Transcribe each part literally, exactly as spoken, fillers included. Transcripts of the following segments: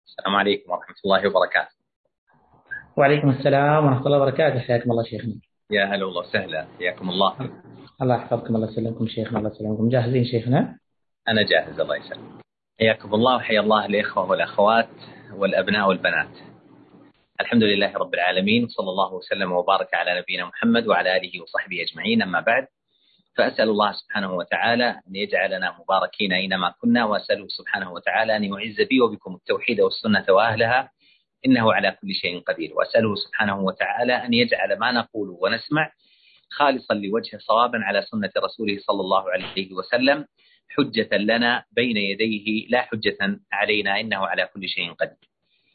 السلام عليكم ورحمة الله وبركاته. وعليكم السلام ورحمة الله وبركاته. حياكم الله شيخنا. يا هلا والله وسهلا، حياكم الله. الله يحفظكم، الله يسلمكم شيخنا، الله يسلمكم. جاهزين شيخنا؟ أنا جاهز، الله يسلمك. حياكم الله وحيا الله الإخوة والأخوات والأبناء والبنات. الحمد لله رب العالمين، صلى الله وسلم وبارك على نبينا محمد وعلى آله وصحبه أجمعين. أما بعد، فأسأل الله سبحانه وتعالى أن يجعلنا مباركين أينما كنا، وأسأله سبحانه وتعالى أن يعز بي وبكم التوحيد والسنة وأهلها، إنه على كل شيء قدير. وأسأله سبحانه وتعالى أن يجعل ما نقول ونسمع خالصا لوجه صوابا على سنة رسوله صلى الله عليه وسلم، حجة لنا بين يديه لا حجة علينا، إنه على كل شيء قدير.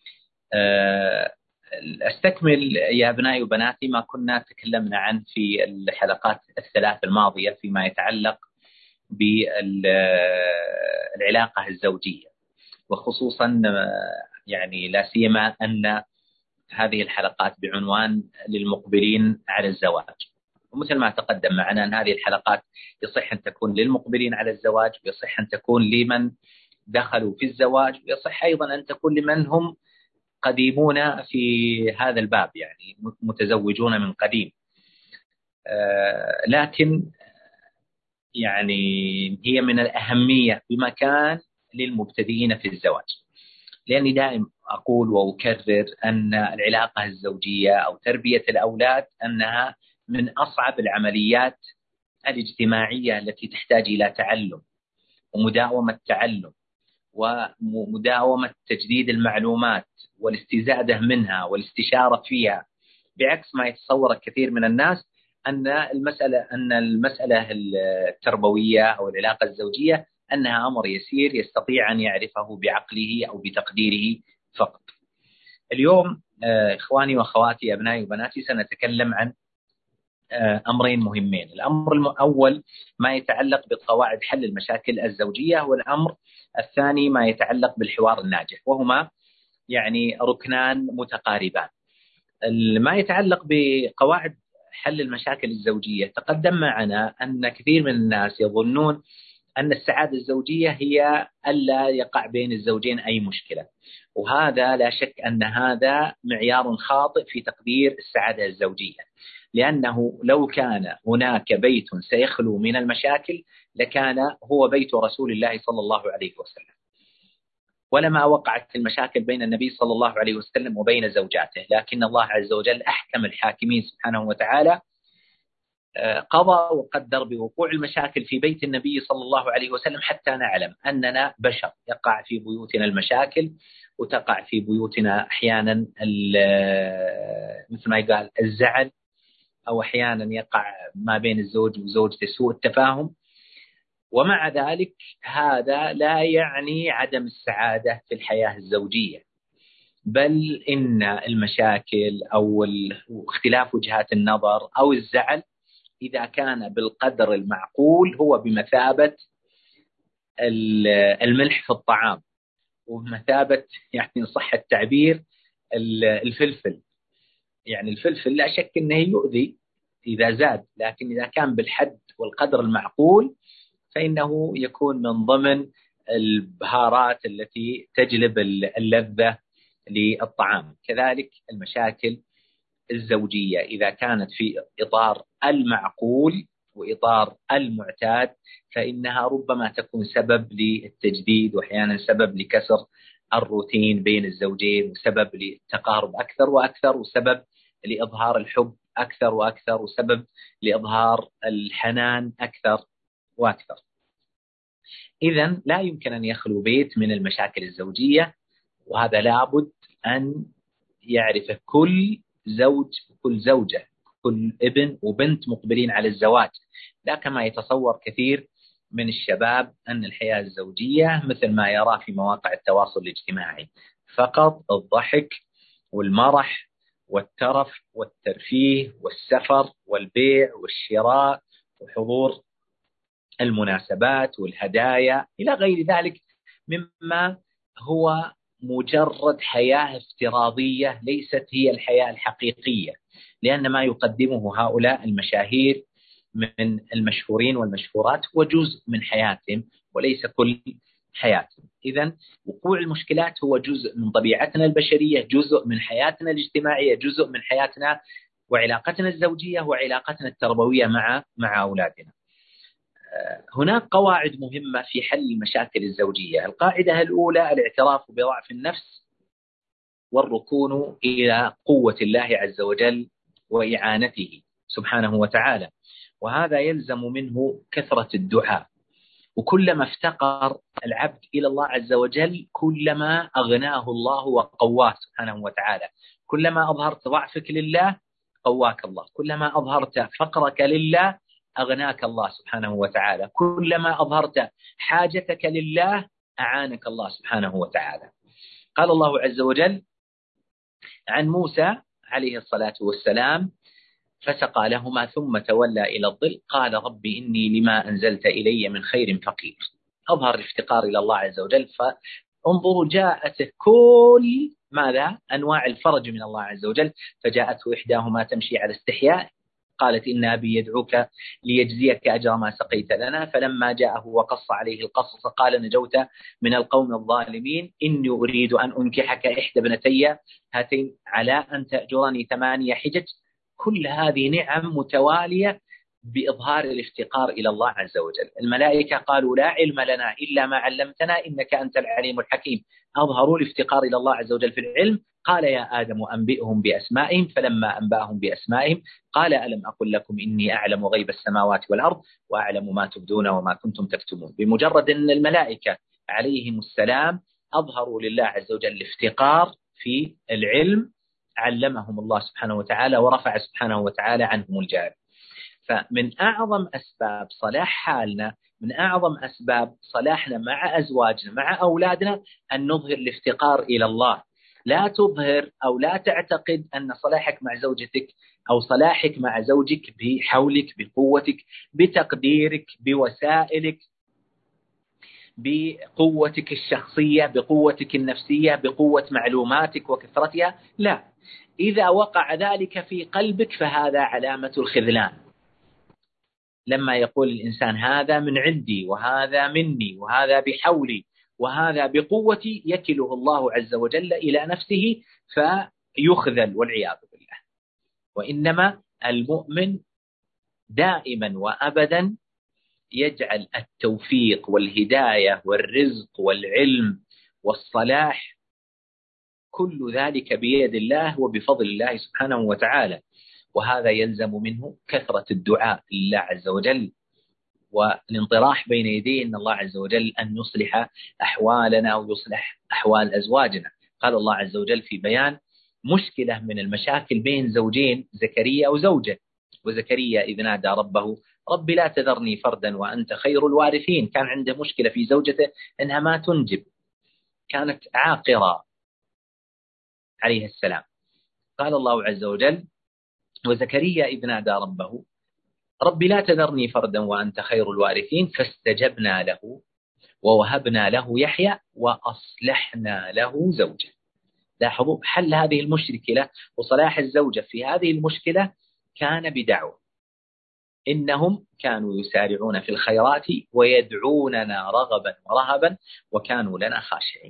أستكمل يا أبنائي وبناتي ما كنا تكلمنا عنه في الحلقات الثلاث الماضية فيما يتعلق بالعلاقة الزوجية، وخصوصا يعني لا سيما أن هذه الحلقات بعنوان للمقبلين على الزواج. ومثل ما تقدم معنا أن هذه الحلقات يصح أن تكون للمقبلين على الزواج، ويصح أن تكون لمن دخلوا في الزواج، ويصح أيضا أن تكون لمن هم قديمون في هذا الباب، يعني متزوجون من قديم. آه لكن يعني هي من الأهمية بمكان للمبتدئين في الزواج، لأني دائما أقول وأكرر أن العلاقة الزوجية أو تربية الأولاد أنها من أصعب العمليات الاجتماعية التي تحتاج إلى تعلم ومداومة تعلم ومداومة تجديد المعلومات والاستزادة منها والاستشارة فيها، بعكس ما يتصور كثير من الناس أن المسألة أن المسألة التربوية أو العلاقة الزوجية أنها أمر يسير يستطيع أن يعرفه بعقله أو بتقديره فقط. اليوم إخواني وأخواتي أبنائي وبناتي سنتكلم عن أمرين مهمين. الأمر الأول ما يتعلق بقواعد حل المشاكل الزوجية، والأمر الثاني ما يتعلق بالحوار الناجح، وهما يعني ركنان متقاربان. ما يتعلق بقواعد حل المشاكل الزوجية، تقدم معنا أن كثير من الناس يظنون أن السعادة الزوجية هي ألا يقع بين الزوجين أي مشكلة، وهذا لا شك أن هذا معيار خاطئ في تقدير السعادة الزوجية، لأنه لو كان هناك بيت سيخلو من المشاكل لكان هو بيت رسول الله صلى الله عليه وسلم، ولما وقعت المشاكل بين النبي صلى الله عليه وسلم وبين زوجاته. لكن الله عز وجل أحكم الحاكمين سبحانه وتعالى قضى وقدر بوقوع المشاكل في بيت النبي صلى الله عليه وسلم، حتى نعلم أننا بشر يقع في بيوتنا المشاكل، وتقع في بيوتنا أحيانا مثل ما يقال الزعل، أو أحيانا يقع ما بين الزوج وزوجته سوء التفاهم. ومع ذلك هذا لا يعني عدم السعادة في الحياة الزوجية، بل إن المشاكل أو اختلاف وجهات النظر أو الزعل إذا كان بالقدر المعقول هو بمثابة الملح في الطعام، وبمثابة يعني صح التعبير الفلفل. يعني الفلفل لا شك أنه يؤذي إذا زاد، لكن إذا كان بالحد والقدر المعقول فإنه يكون من ضمن البهارات التي تجلب اللذة للطعام. كذلك المشاكل الزوجية إذا كانت في إطار المعقول وإطار المعتاد فإنها ربما تكون سبب للتجديد، وأحيانا سبب لكسر الروتين بين الزوجين، وسبب للتقارب أكثر وأكثر، وسبب لإظهار الحب أكثر وأكثر، وسبب لإظهار الحنان أكثر وأكثر. إذن لا يمكن أن يخلو بيت من المشاكل الزوجية، وهذا لابد أن يعرف كل زوج وكل زوجة، كل ابن وبنت مقبلين على الزواج، لا كما يتصور كثير من الشباب أن الحياة الزوجية مثل ما يرى في مواقع التواصل الاجتماعي، فقط الضحك والمرح والترف والترفيه والسفر والبيع والشراء وحضور المناسبات والهدايا إلى غير ذلك مما هو مجرد حياة افتراضية ليست هي الحياة الحقيقية، لأن ما يقدمه هؤلاء المشاهير من المشهورين والمشهورات هو جزء من حياتهم وليس كل حياتنا. إذن وقوع المشكلات هو جزء من طبيعتنا البشرية، جزء من حياتنا الاجتماعية، جزء من حياتنا وعلاقتنا الزوجية وعلاقتنا التربوية مع مع أولادنا. هناك قواعد مهمة في حل المشاكل الزوجية. القاعدة الأولى الاعتراف بضعف النفس والركون إلى قوة الله عز وجل وإعانته سبحانه وتعالى، وهذا يلزم منه كثرة الدعاء. وكلما افتقر العبد إلى الله عز وجل كلما أغناه الله وقواه سبحانه وتعالى. كلما أظهرت ضعفك لله قواك الله، كلما أظهرت فقرك لله أغناك الله سبحانه وتعالى، كلما أظهرت حاجتك لله أعانك الله سبحانه وتعالى. قال الله عز وجل عن موسى عليه الصلاة والسلام: فسقى لهما ثم تولى إلى الظل قال رب إني لما أنزلت إلي من خير فقير. أظهر الافتقار إلى الله عز وجل. فانظروا جاءت كل ماذا أنواع الفرج من الله عز وجل. فجاءته إحداهما تمشي على استحياء قالت إن أبي يدعوك ليجزيك أجر ما سقيت لنا، فلما جاءه وقص عليه القصص قال نجوت من القوم الظالمين إني أريد أن أنكحك إحدى ابنتي هاتين على أن تأجرني ثمانية حجج. كل هذه نعم متوالية بإظهار الافتقار إلى الله عز وجل. الملائكة قالوا لا علم لنا إلا ما علمتنا إنك أنت العليم الحكيم. أظهروا الافتقار إلى الله عز وجل في العلم. قال يا آدم أنبئهم بأسمائهم، فلما أنبأهم بأسمائهم قال ألم أقل لكم إني أعلم غيب السماوات والأرض وأعلم ما تبدون وما كنتم تكتمون. بمجرد أن الملائكة عليهم السلام أظهروا لله عز وجل الافتقار في العلم علمهم الله سبحانه وتعالى ورفع سبحانه وتعالى عنهم الجهل. فمن أعظم أسباب صلاح حالنا، من أعظم أسباب صلاحنا مع أزواجنا مع أولادنا أن نظهر الافتقار إلى الله. لا تظهر أو لا تعتقد أن صلاحك مع زوجتك أو صلاحك مع زوجك بحولك بقوتك بتقديرك بوسائلك بقوتك الشخصية بقوتك النفسية بقوة معلوماتك وكثرتها. لا، إذا وقع ذلك في قلبك فهذا علامة الخذلان. لما يقول الإنسان هذا من عندي وهذا مني وهذا بحولي وهذا بقوتي يكله الله عز وجل إلى نفسه فيخذل والعياذ بالله. وإنما المؤمن دائما وأبدا يجعل التوفيق والهداية والرزق والعلم والصلاح كل ذلك بيد الله وبفضل الله سبحانه وتعالى. وهذا يلزم منه كثرة الدعاء لله عز وجل والانطراح بين يدي إن الله عز وجل أن يصلح أحوالنا ويصلح أحوال أزواجنا. قال الله عز وجل في بيان مشكلة من المشاكل بين زوجين زكريا وزوجة: وزكريا إذ نادى ربه رب لا تذرني فردا وأنت خير الوارثين. كان عنده مشكلة في زوجته أنها ما تنجب، كانت عاقرة عليه السلام. قال الله عز وجل: وزكريا إذ نادى ربه رب لا تذرني فردا وأنت خير الوارثين فاستجبنا له ووهبنا له يحيى وأصلحنا له زوجه. لاحظوا حل هذه المشكلة وصلاح الزوجة في هذه المشكلة كان بدعوة. إنهم كانوا يسارعون في الخيرات ويدعوننا رغبا ورهبا وكانوا لنا خاشعين.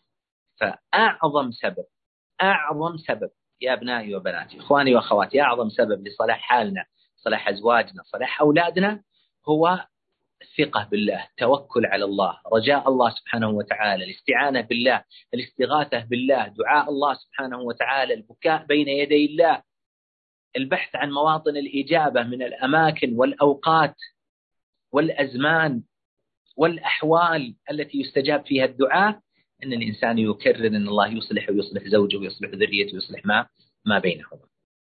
فأعظم سبب أعظم سبب يا أبنائي وبناتي إخواني وأخواتي أعظم سبب لصلاح حالنا صلاح أزواجنا صلاح أولادنا هو الثقة بالله، التوكل على الله، رجاء الله سبحانه وتعالى، الاستعانة بالله، الاستغاثة بالله، دعاء الله سبحانه وتعالى، البكاء بين يدي الله، البحث عن مواطن الإجابة من الأماكن والأوقات والأزمان والأحوال التي يستجاب فيها الدعاء. أن الإنسان يكرر أن الله يصلح ويصلح زوجه ويصلح ذريته ويصلح ما ما بينهما.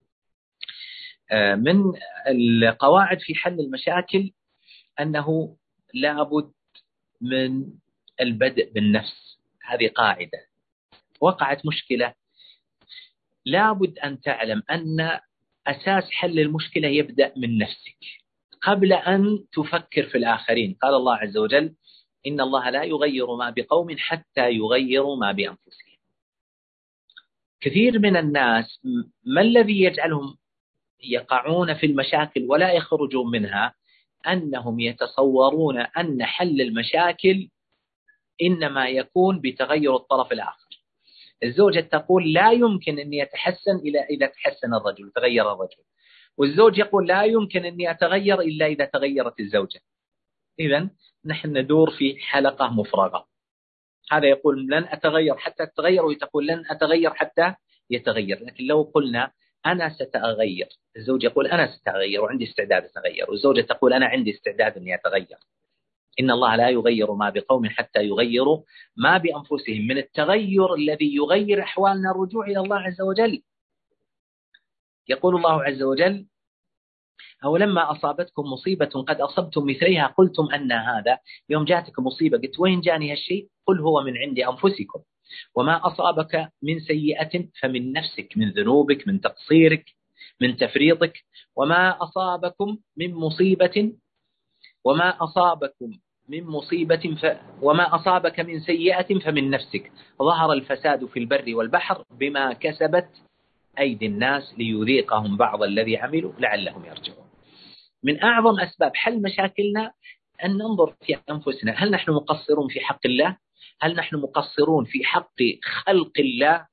من القواعد في حل المشاكل أنه لابد من البدء بالنفس. هذه قاعدة. وقعت مشكلة لابد أن تعلم أن أساس حل المشكلة يبدأ من نفسك قبل أن تفكر في الآخرين. قال الله عز وجل: إن الله لا يغير ما بقوم حتى يغيروا ما بأنفسهم. كثير من الناس ما الذي يجعلهم يقعون في المشاكل ولا يخرجون منها؟ أنهم يتصورون أن حل المشاكل إنما يكون بتغير الطرف الآخر. الزوجة تقول لا يمكن أن يتحسن إلا إذا تحسن الرجل، تغير الرجل، والزوج يقول لا يمكن أن يتغير إلا إذا تغيرت الزوجة. إذن نحن ندور في حلقة مفرغة. هذا يقول لن أتغير حتى تتغير، وتقول لن أتغير حتى يتغير. لكن لو قلنا أنا سأتغير، الزوج يقول أنا سأتغير وعندي استعداد أتغير، والزوجة تقول أنا عندي استعداد أن يتغير. إن الله لا يغير ما بقوم حتى يغيروا ما بأنفسهم. من التغير الذي يغير أحوالنا الرجوع إلى الله عز وجل. يقول الله عز وجل: أولما أصابتكم مصيبة قد أصبتم مثليها قلتم أن هذا. يوم جاتك مصيبة قلت وين جاني هالشيء؟ قل هو من عند أنفسكم. وما أصابك من سيئة فمن نفسك، من ذنوبك، من تقصيرك، من تفريطك. وما أصابكم من مصيبة وما أصابكم من مصيبة ف... وما أصابك من سيئة فمن نفسك. ظهر الفساد في البر والبحر بما كسبت أيدي الناس ليذيقهم بعض الذي عملوا لعلهم يرجعون. من أعظم أسباب حل مشاكلنا أن ننظر في أنفسنا، هل نحن مقصرون في حق الله؟ هل نحن مقصرون في حق خلق الله؟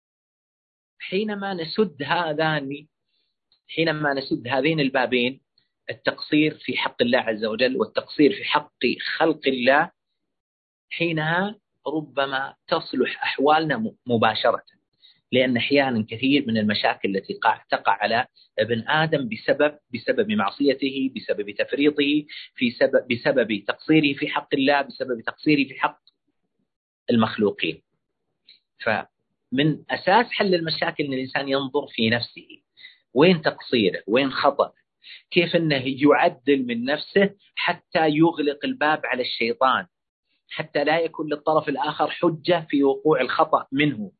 حينما نسد هذان حينما نسد هذين البابين، التقصير في حق الله عز وجل والتقصير في حق خلق الله، حينها ربما تصلح أحوالنا مباشرة. لأن أحيانا كثير من المشاكل التي تقع على ابن آدم بسبب بسبب معصيته، بسبب تفريطه، في سبب بسبب تقصيره في حق الله، بسبب تقصيره في حق المخلوقين. فمن أساس حل المشاكل أن الإنسان ينظر في نفسه، وين تقصيره، وين خطأ، كيف أنه يعدل من نفسه حتى يغلق الباب على الشيطان، حتى لا يكون للطرف الآخر حجة في وقوع الخطأ منه.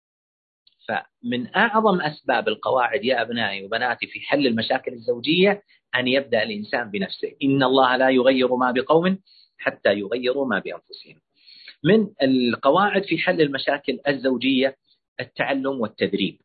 فمن أعظم أسباب القواعد يا أبنائي وبناتي في حل المشاكل الزوجية أن يبدأ الإنسان بنفسه. إن الله لا يغير ما بقوم حتى يغيروا ما بأنفسهم. من القواعد في حل المشاكل الزوجية التعلم والتدريب.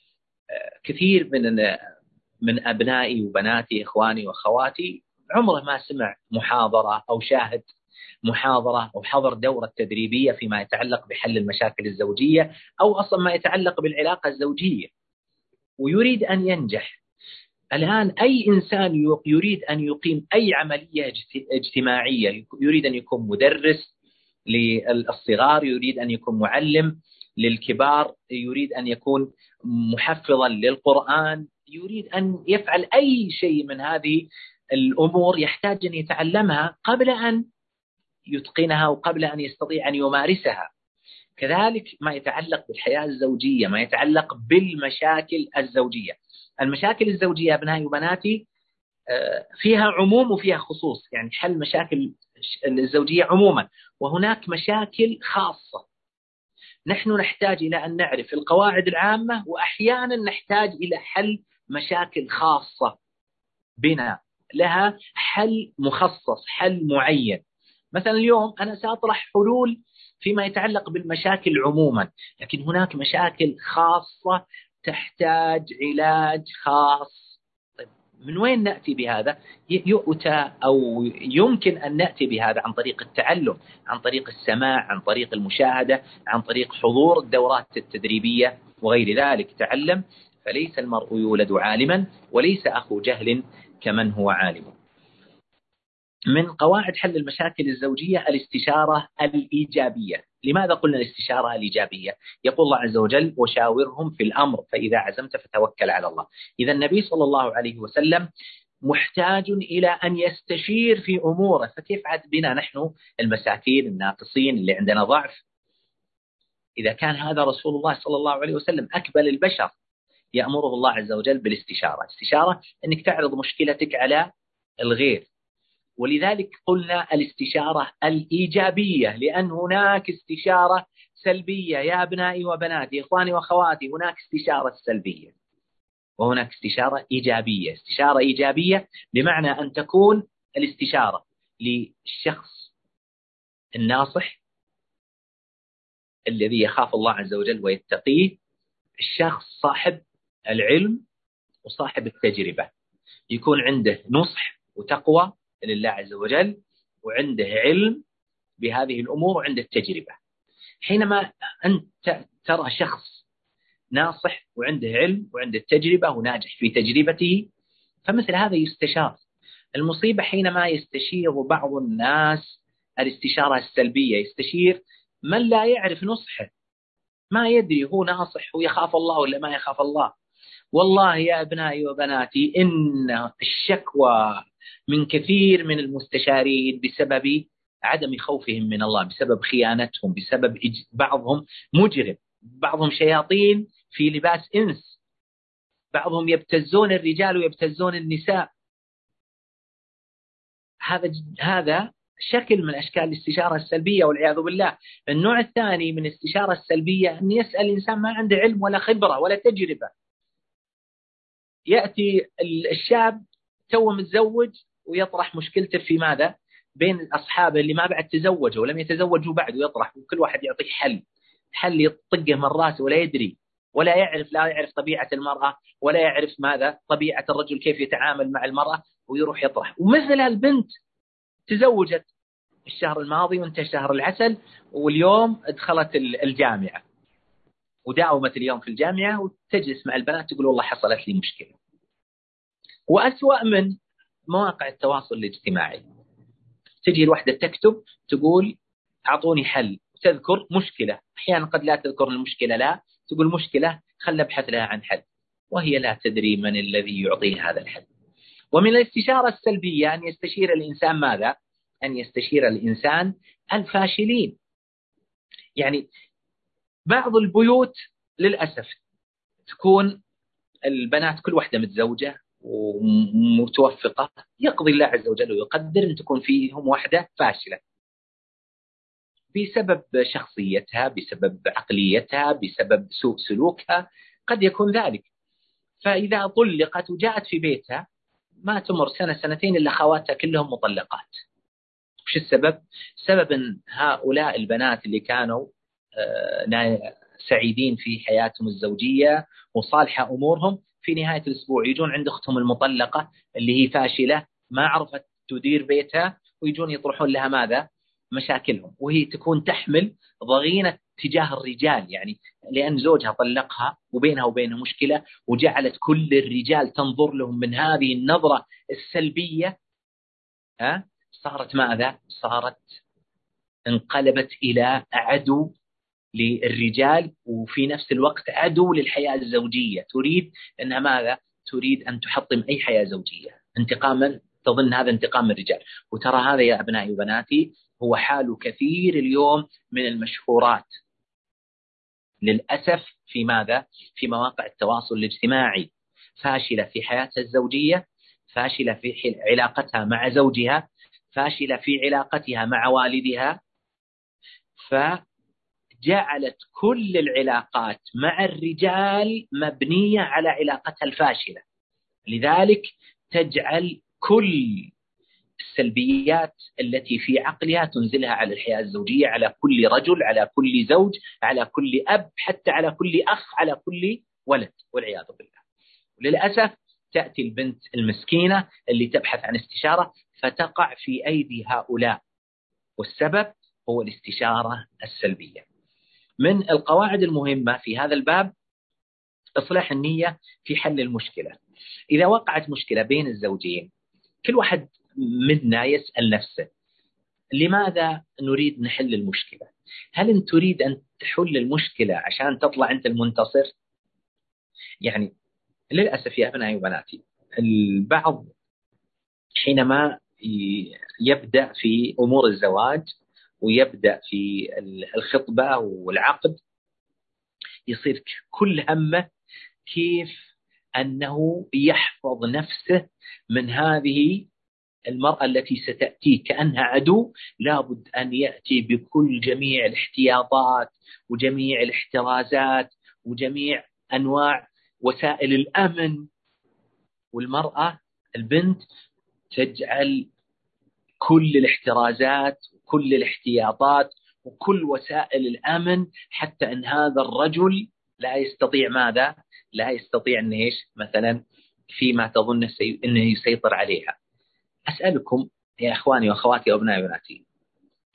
كثير من من أبنائي وبناتي إخواني وأخواتي عمره ما سمع محاضرة أو شاهد محاضرة أو حضر دورة تدريبية فيما يتعلق بحل المشاكل الزوجية، أو أصلا ما يتعلق بالعلاقة الزوجية، ويريد أن ينجح. الآن أي إنسان يريد أن يقيم أي عملية اجتماعية، يريد أن يكون مدرس للصغار، يريد أن يكون معلم للكبار، يريد أن يكون محفظا للقرآن، يريد أن يفعل أي شيء من هذه الأمور، يحتاج أن يتعلمها قبل أن يتقنها وقبل أن يستطيع أن يمارسها. كذلك ما يتعلق بالحياة الزوجية، ما يتعلق بالمشاكل الزوجية. المشاكل الزوجية أبنائي وبناتي فيها عموم وفيها خصوص، يعني حل مشاكل الزوجية عموما، وهناك مشاكل خاصة. نحن نحتاج إلى أن نعرف القواعد العامة، وأحيانا نحتاج إلى حل مشاكل خاصة بنا، لها حل مخصص، حل معين. مثلا اليوم أنا سأطرح حلول فيما يتعلق بالمشاكل عموما، لكن هناك مشاكل خاصة تحتاج علاج خاص. طيب من وين نأتي بهذا؟ يؤتى أو يمكن أن نأتي بهذا عن طريق التعلم، عن طريق السماع، عن طريق المشاهدة، عن طريق حضور الدورات التدريبية وغير ذلك. تعلم فليس المرء يولد عالما، وليس أخو جهل كمن هو عالم. من قواعد حل المشاكل الزوجية الاستشارة الإيجابية. لماذا قلنا الاستشارة الإيجابية؟ يقول الله عز وجل: وشاورهم في الأمر فإذا عزمت فتوكل على الله. إذا النبي صلى الله عليه وسلم محتاج إلى أن يستشير في أموره، فكيف عاد بنا نحن المساكين الناقصين اللي عندنا ضعف؟ إذا كان هذا رسول الله صلى الله عليه وسلم أكبل البشر يأمره الله عز وجل بالاستشارة. استشارة أنك تعرض مشكلتك على الغير، ولذلك قلنا الاستشارة الإيجابية، لأن هناك استشارة سلبية يا أبنائي وبناتي، إخواني وأخواتي. هناك استشارة سلبية وهناك استشارة إيجابية. استشارة إيجابية بمعنى أن تكون الاستشارة للشخص الناصح الذي يخاف الله عز وجل ويتقيه، الشخص صاحب العلم وصاحب التجربة، يكون عنده نصح وتقوى لله عز وجل، وعنده علم بهذه الأمور عند التجربة. حينما أنت ترى شخص ناصح وعنده علم وعنده تجربة وناجح في تجربته، فمثل هذا يستشار. المصيبة حينما يستشير بعض الناس الاستشارة السلبية، يستشير من لا يعرف نصحه، ما يدري هو ناصح ويخاف الله ولا ما يخاف الله. والله يا أبنائي وبناتي إن الشكوى من كثير من المستشارين بسبب عدم خوفهم من الله، بسبب خيانتهم، بسبب بعضهم مجرم، بعضهم شياطين في لباس إنس، بعضهم يبتزون الرجال ويبتزون النساء. هذا هذا شكل من أشكال الاستشارة السلبية والعياذ بالله. النوع الثاني من الاستشارة السلبية أن يسأل الإنسان ما عنده علم ولا خبرة ولا تجربة. يأتي الشاب تو متزوج ويطرح مشكلته في ماذا؟ بين أصحابه اللي ما بعد تزوجوا ولم يتزوجوا بعد، ويطرح وكل واحد يعطيه حل حل يطقه من راسه ولا يدري ولا يعرف، لا يعرف طبيعة المرأة ولا يعرف ماذا طبيعة الرجل، كيف يتعامل مع المرأة، ويروح يطرح. ومثل البنت تزوجت الشهر الماضي وانتهى شهر العسل، واليوم ادخلت الجامعة وداومت اليوم في الجامعة، وتجلس مع البنات تقول والله حصلت لي مشكلة. وأسوأ من مواقع التواصل الاجتماعي، تجي الوحدة تكتب تقول أعطوني حل، تذكر مشكلة، أحيانا قد لا تذكر المشكلة، لا تقول مشكلة خل نبحث لها عن حل، وهي لا تدري من الذي يعطيها هذا الحل. ومن الاستشارة السلبية أن يستشير الإنسان ماذا؟ أن يستشير الإنسان الفاشلين. يعني بعض البيوت للأسف تكون البنات كل واحدة متزوجة ومتوفقة، يقضي الله عز وجل ويقدر أن تكون فيهم واحدة فاشلة بسبب شخصيتها، بسبب عقليتها، بسبب سوء سلوكها، قد يكون ذلك. فإذا طلقت وجاءت في بيتها ما تمر سنة سنتين إلا خواتها كلهم مطلقات. وش السبب؟ سبب أن هؤلاء البنات اللي كانوا سعيدين في حياتهم الزوجية وصالحة أمورهم، في نهاية الأسبوع يجون عند أختهم المطلقة اللي هي فاشلة ما عرفت تدير بيتها، ويجون يطرحون لها ماذا؟ مشاكلهم، وهي تكون تحمل ضغينة تجاه الرجال، يعني لأن زوجها طلقها وبينها وبينه مشكلة، وجعلت كل الرجال تنظر لهم من هذه النظرة السلبية. ها؟ صارت ماذا؟ صارت انقلبت إلى عدو للرجال، وفي نفس الوقت عدو للحياة الزوجية. تريد أنها ماذا؟ تريد أن تحطم أي حياة زوجية انتقاما، تظن هذا انتقام من الرجال. وترى هذا يا أبنائي وبناتي هو حال كثير اليوم من المشهورات للأسف في ماذا؟ في مواقع التواصل الاجتماعي. فاشلة في حياتها الزوجية، فاشلة في علاقتها مع زوجها، فاشلة في علاقتها مع والدها، فجعلت كل العلاقات مع الرجال مبنية على علاقتها الفاشلة. لذلك تجعل كل السلبيات التي في عقلها تنزلها على الحياة الزوجية، على كل رجل، على كل زوج، على كل أب، حتى على كل أخ، على كل ولد، والعياذ بالله. وللأسف تأتي البنت المسكينة اللي تبحث عن استشارة فتقع في أيدي هؤلاء، والسبب هو الاستشارة السلبية. من القواعد المهمة في هذا الباب إصلاح النية في حل المشكلة. إذا وقعت مشكلة بين الزوجين، كل واحد منا يسأل نفسه لماذا نريد نحل المشكلة؟ هل أنت تريد أن تحل المشكلة عشان تطلع أنت المنتصر؟ يعني للأسف يا أبنائي وبناتي البعض حينما يبدأ في أمور الزواج ويبدأ في الخطبة والعقد يصير كل همه كيف أنه يحفظ نفسه من هذه المرأة التي ستأتي كأنها عدو. لابد أن يأتي بكل جميع الاحتياطات وجميع الاحترازات وجميع أنواع وسائل الأمن. والمرأة البنت تجعل كل الاحترازات وكل الاحتياطات وكل وسائل الأمن حتى أن هذا الرجل لا يستطيع ماذا؟ لا يستطيع أن إيش مثلا فيما تظن أنه يسيطر عليها. أسألكم يا أخواني وأخواتي وأبنائي وبناتي،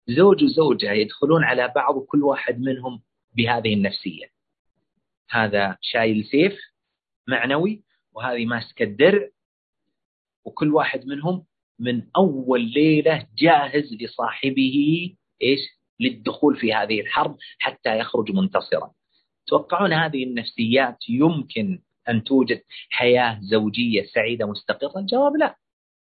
زوج وزوجة يدخلون على بعض وكل واحد منهم بهذه النفسية، هذا شايل سيف معنوي وهذه ماسكة الدرع، وكل واحد منهم من أول ليلة جاهز لصاحبه إيش للدخول في هذه الحرب حتى يخرج منتصرا. توقعون هذه النفسيات يمكن أن توجد حياة زوجية سعيدة مستقرة؟ الجواب لا.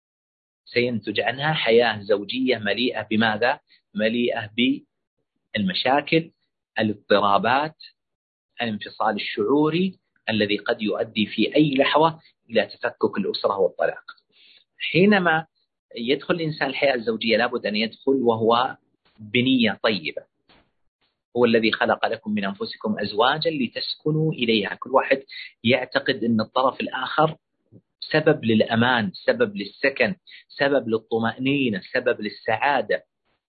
سينتج عنها حياة زوجية مليئة بماذا؟ مليئة بالمشاكل، الاضطرابات، الانفصال الشعوري الذي قد يؤدي في أي لحظة إلى تفكك الأسرة والطلاق. حينما يدخل الإنسان الحياة الزوجية لابد أن يدخل وهو بنية طيبة. هو الذي خلق لكم من أنفسكم أزواجا لتسكنوا إليها. كل واحد يعتقد أن الطرف الآخر سبب للأمان، سبب للسكن، سبب للطمأنينة، سبب للسعادة.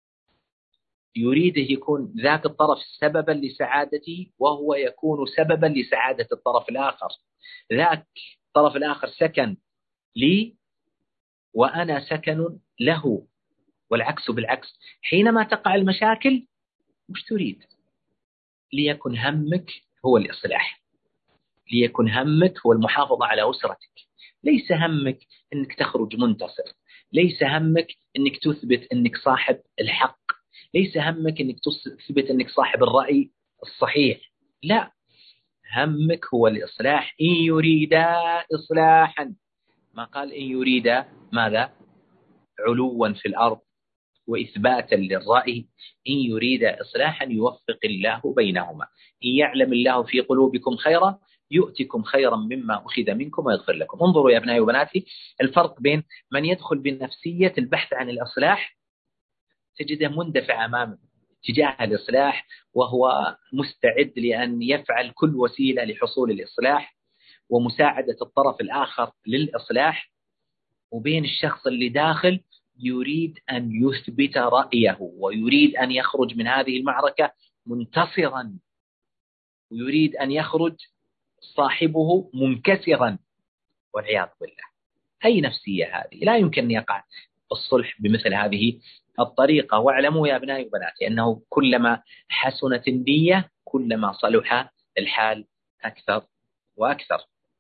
يريد أن يكون ذاك الطرف سببا لسعادتي وهو يكون سببا لسعادة الطرف الآخر. ذاك الطرف الآخر سكن لي وأنا سكن له، والعكس بالعكس. حينما تقع المشاكل مش تريد؟ ليكن همك هو الإصلاح، ليكن همك هو المحافظة على أسرتك. ليس همك أنك تخرج منتصر، ليس همك أنك تثبت أنك صاحب الحق، ليس همك أنك تثبت أنك صاحب الرأي الصحيح. لا، همك هو الإصلاح. إن يريد إصلاحا، ما قال إن يريد ماذا؟ علوا في الأرض وإثباتا للرأي. إن يريد إصلاحا يوفق الله بينهما. إن يعلم الله في قلوبكم خيرا يؤتكم خيرا مما أخذ منكم ويغفر لكم. انظروا يا أبنائي وبناتي الفرق بين من يدخل بنفسية البحث عن الإصلاح، تجده مندفع أمام اتجاه الإصلاح وهو مستعد لأن يفعل كل وسيلة لحصول الإصلاح ومساعدة الطرف الآخر للإصلاح، وبين الشخص اللي داخل يريد أن يثبت رأيه ويريد أن يخرج من هذه المعركة منتصرا، ويريد أن يخرج صاحبه منكسرا والعياذ بالله. أي نفسية هذه؟ لا يمكن أن يقع الصلح بمثل هذه الطريقة. واعلموا يا أبنائي وبناتي أنه كلما حسنت النية كلما صلح الحال أكثر وأكثر.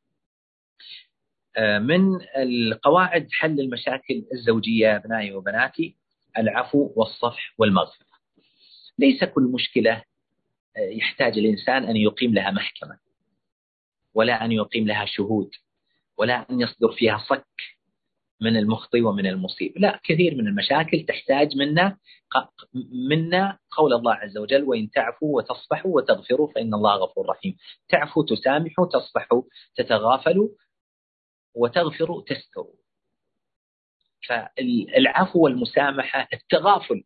من القواعد حل المشاكل الزوجية يا أبنائي وبناتي العفو والصفح والمغفرة. ليس كل مشكلة يحتاج الإنسان أن يقيم لها محكمة، ولا أن يقيم لها شهود، ولا أن يصدر فيها صك من المخطئ ومن المصيب. لا، كثير من المشاكل تحتاج منا منا قول الله عز وجل: وإن تعفوا وتصفحوا وتغفروا فإن الله غفور رحيم. تعفوا تسامحوا، تصفحوا تتغافلوا، وتغفروا تستروا. فالعفو والمسامحة التغافل.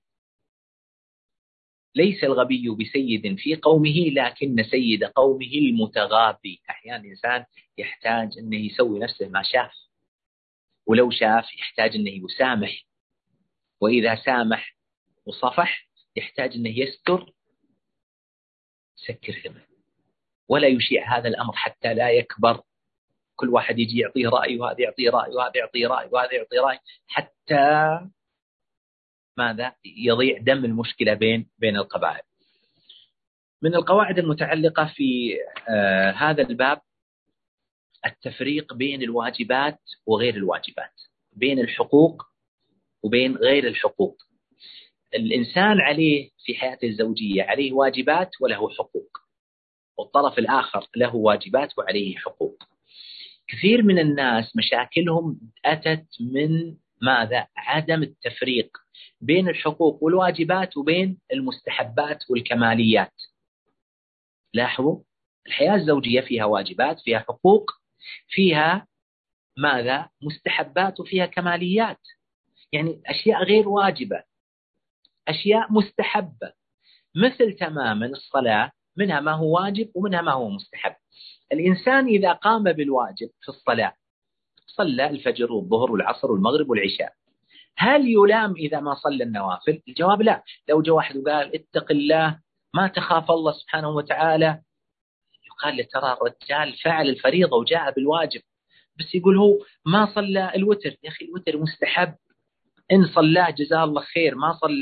ليس الغبي بسيد في قومه لكن سيد قومه المتغابي. أحيانا الإنسان يحتاج أنه يسوي نفسه ما شاف، ولو شاف يحتاج أنه يسامح، وإذا سامح وصفح يحتاج أنه يستر سكر ثمن، ولا يشيع هذا الأمر حتى لا يكبر. كل واحد يجي يعطيه رأي، وهذا يعطيه رأي، وهذا يعطيه رأي، وهذا يعطيه رأي، حتى ماذا؟ يضيع دم المشكلة بين بين القبائل. من القواعد المتعلقة في آه هذا الباب التفريق بين الواجبات وغير الواجبات، بين الحقوق وبين غير الحقوق. الإنسان عليه في حياته الزوجية عليه واجبات وله حقوق، والطرف الآخر له واجبات وعليه حقوق. كثير من الناس مشاكلهم أتت من ماذا؟ عدم التفريق بين الحقوق والواجبات وبين المستحبات والكماليات. لاحظوا الحياة الزوجية فيها واجبات، فيها حقوق، فيها ماذا؟ مستحبات، وفيها كماليات. يعني أشياء غير واجبة، أشياء مستحبة، مثل تماما الصلاة منها ما هو واجب ومنها ما هو مستحب. الإنسان إذا قام بالواجب في الصلاة، صلى الفجر والظهر والعصر والمغرب والعشاء، هل يلام إذا ما صلى النوافل؟ الجواب لا. لو جاء واحد وقال اتق الله ما تخاف الله سبحانه وتعالى، يقال له ترى الرجال فعل الفريضة وجاء بالواجب، بس يقول هو ما صلى الوتر. يا أخي الوتر مستحب، إن صلاه جزاه الله خير، ما صلاه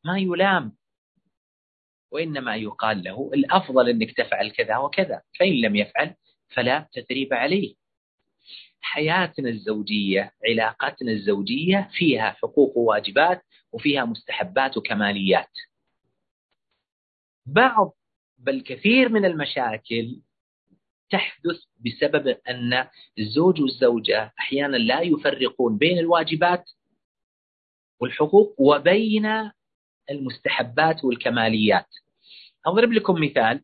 ما يلام، وإنما يقال له الأفضل أنك تفعل كذا وكذا، فإن لم يفعل فلا تثريب عليه. حياتنا الزوجية، علاقاتنا الزوجية فيها حقوق وواجبات وفيها مستحبات وكماليات. بعض بل كثير من المشاكل تحدث بسبب أن الزوج والزوجة أحيانا لا يفرقون بين الواجبات والحقوق وبين المستحبات والكماليات. أضرب لكم مثال.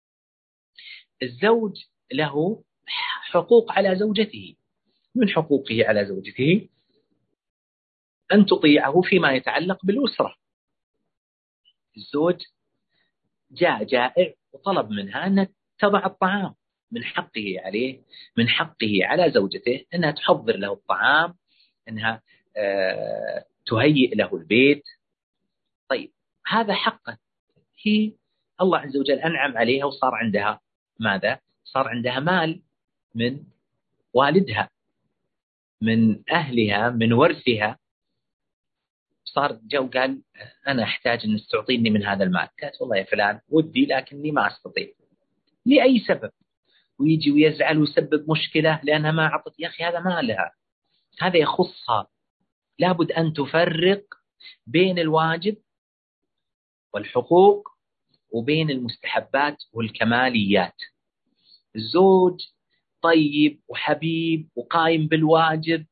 الزوج له حقوق على زوجته، من حقوقه على زوجته أن تطيعه فيما يتعلق بالأسرة. الزوج جاء جائع وطلب منها أن تضع الطعام، من حقه عليه، من حقه على زوجته أنها تحضر له الطعام، أنها آه تهيئ له البيت. طيب هذا حقه، هي الله عز وجل أنعم عليها وصار عندها ماذا؟ صار عندها مال من والدها، من أهلها، من ورثها. صار جو قال أنا أحتاج أن تعطيني من هذا المال. قالت والله يا فلان ودي لكني ما أستطيع لأي سبب، ويجي ويزعل ويسبب مشكلة لأنها ما أعطت. يا أخي هذا مالها، هذا يخصها. لابد أن تفرق بين الواجب والحقوق وبين المستحبات والكماليات. الزوج طيب وحبيب وقائم بالواجب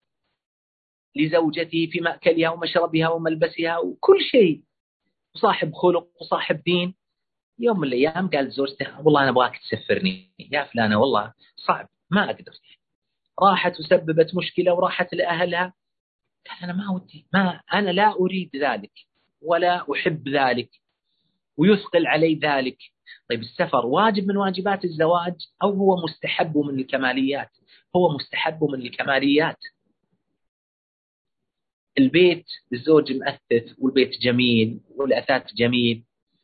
لزوجته في مأكلها ومشربها وملبسها وكل شيء، وصاحب خلق وصاحب دين. يوم من الأيام قال زوجته والله أنا أبغاك تسفرني يا فلانة، والله صعب ما أقدر. راحت وسببت مشكلة وراحت لأهلها. قال أنا ما ودي، ما أنا لا أريد ذلك ولا أحب ذلك ويثقل علي ذلك. طيب السفر واجب من واجبات الزواج أو هو مستحب من الكماليات؟ هو مستحب من الكماليات. البيت الزوج مأثث والبيت جميل والأثاث جميل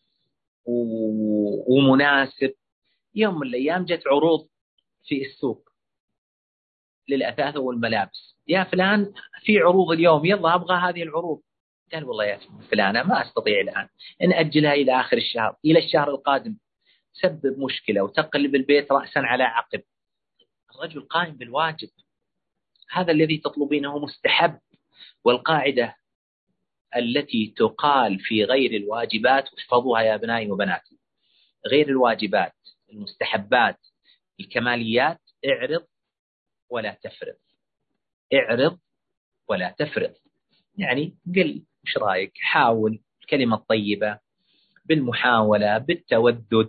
ومناسب. يوم من الأيام جت عروض في السوق للأثاث والملابس، يا فلان في عروض اليوم يلا أبغى هذه العروض. قال والله يا فلانة ما أستطيع الآن، إن أجلها إلى آخر الشهر، إلى الشهر القادم. سبب مشكلة وتقلب البيت رأسا على عقب. الرجل قائم بالواجب، هذا الذي تطلبينه مستحب. والقاعدة التي تقال في غير الواجبات، واحفظوها يا أبنائي وبناتي، غير الواجبات، المستحبات، الكماليات، اعرض ولا تفرض. اعرض ولا تفرض، يعني قل مش رايك، حاول الكلمة الطيبة بالمحاولة بالتودد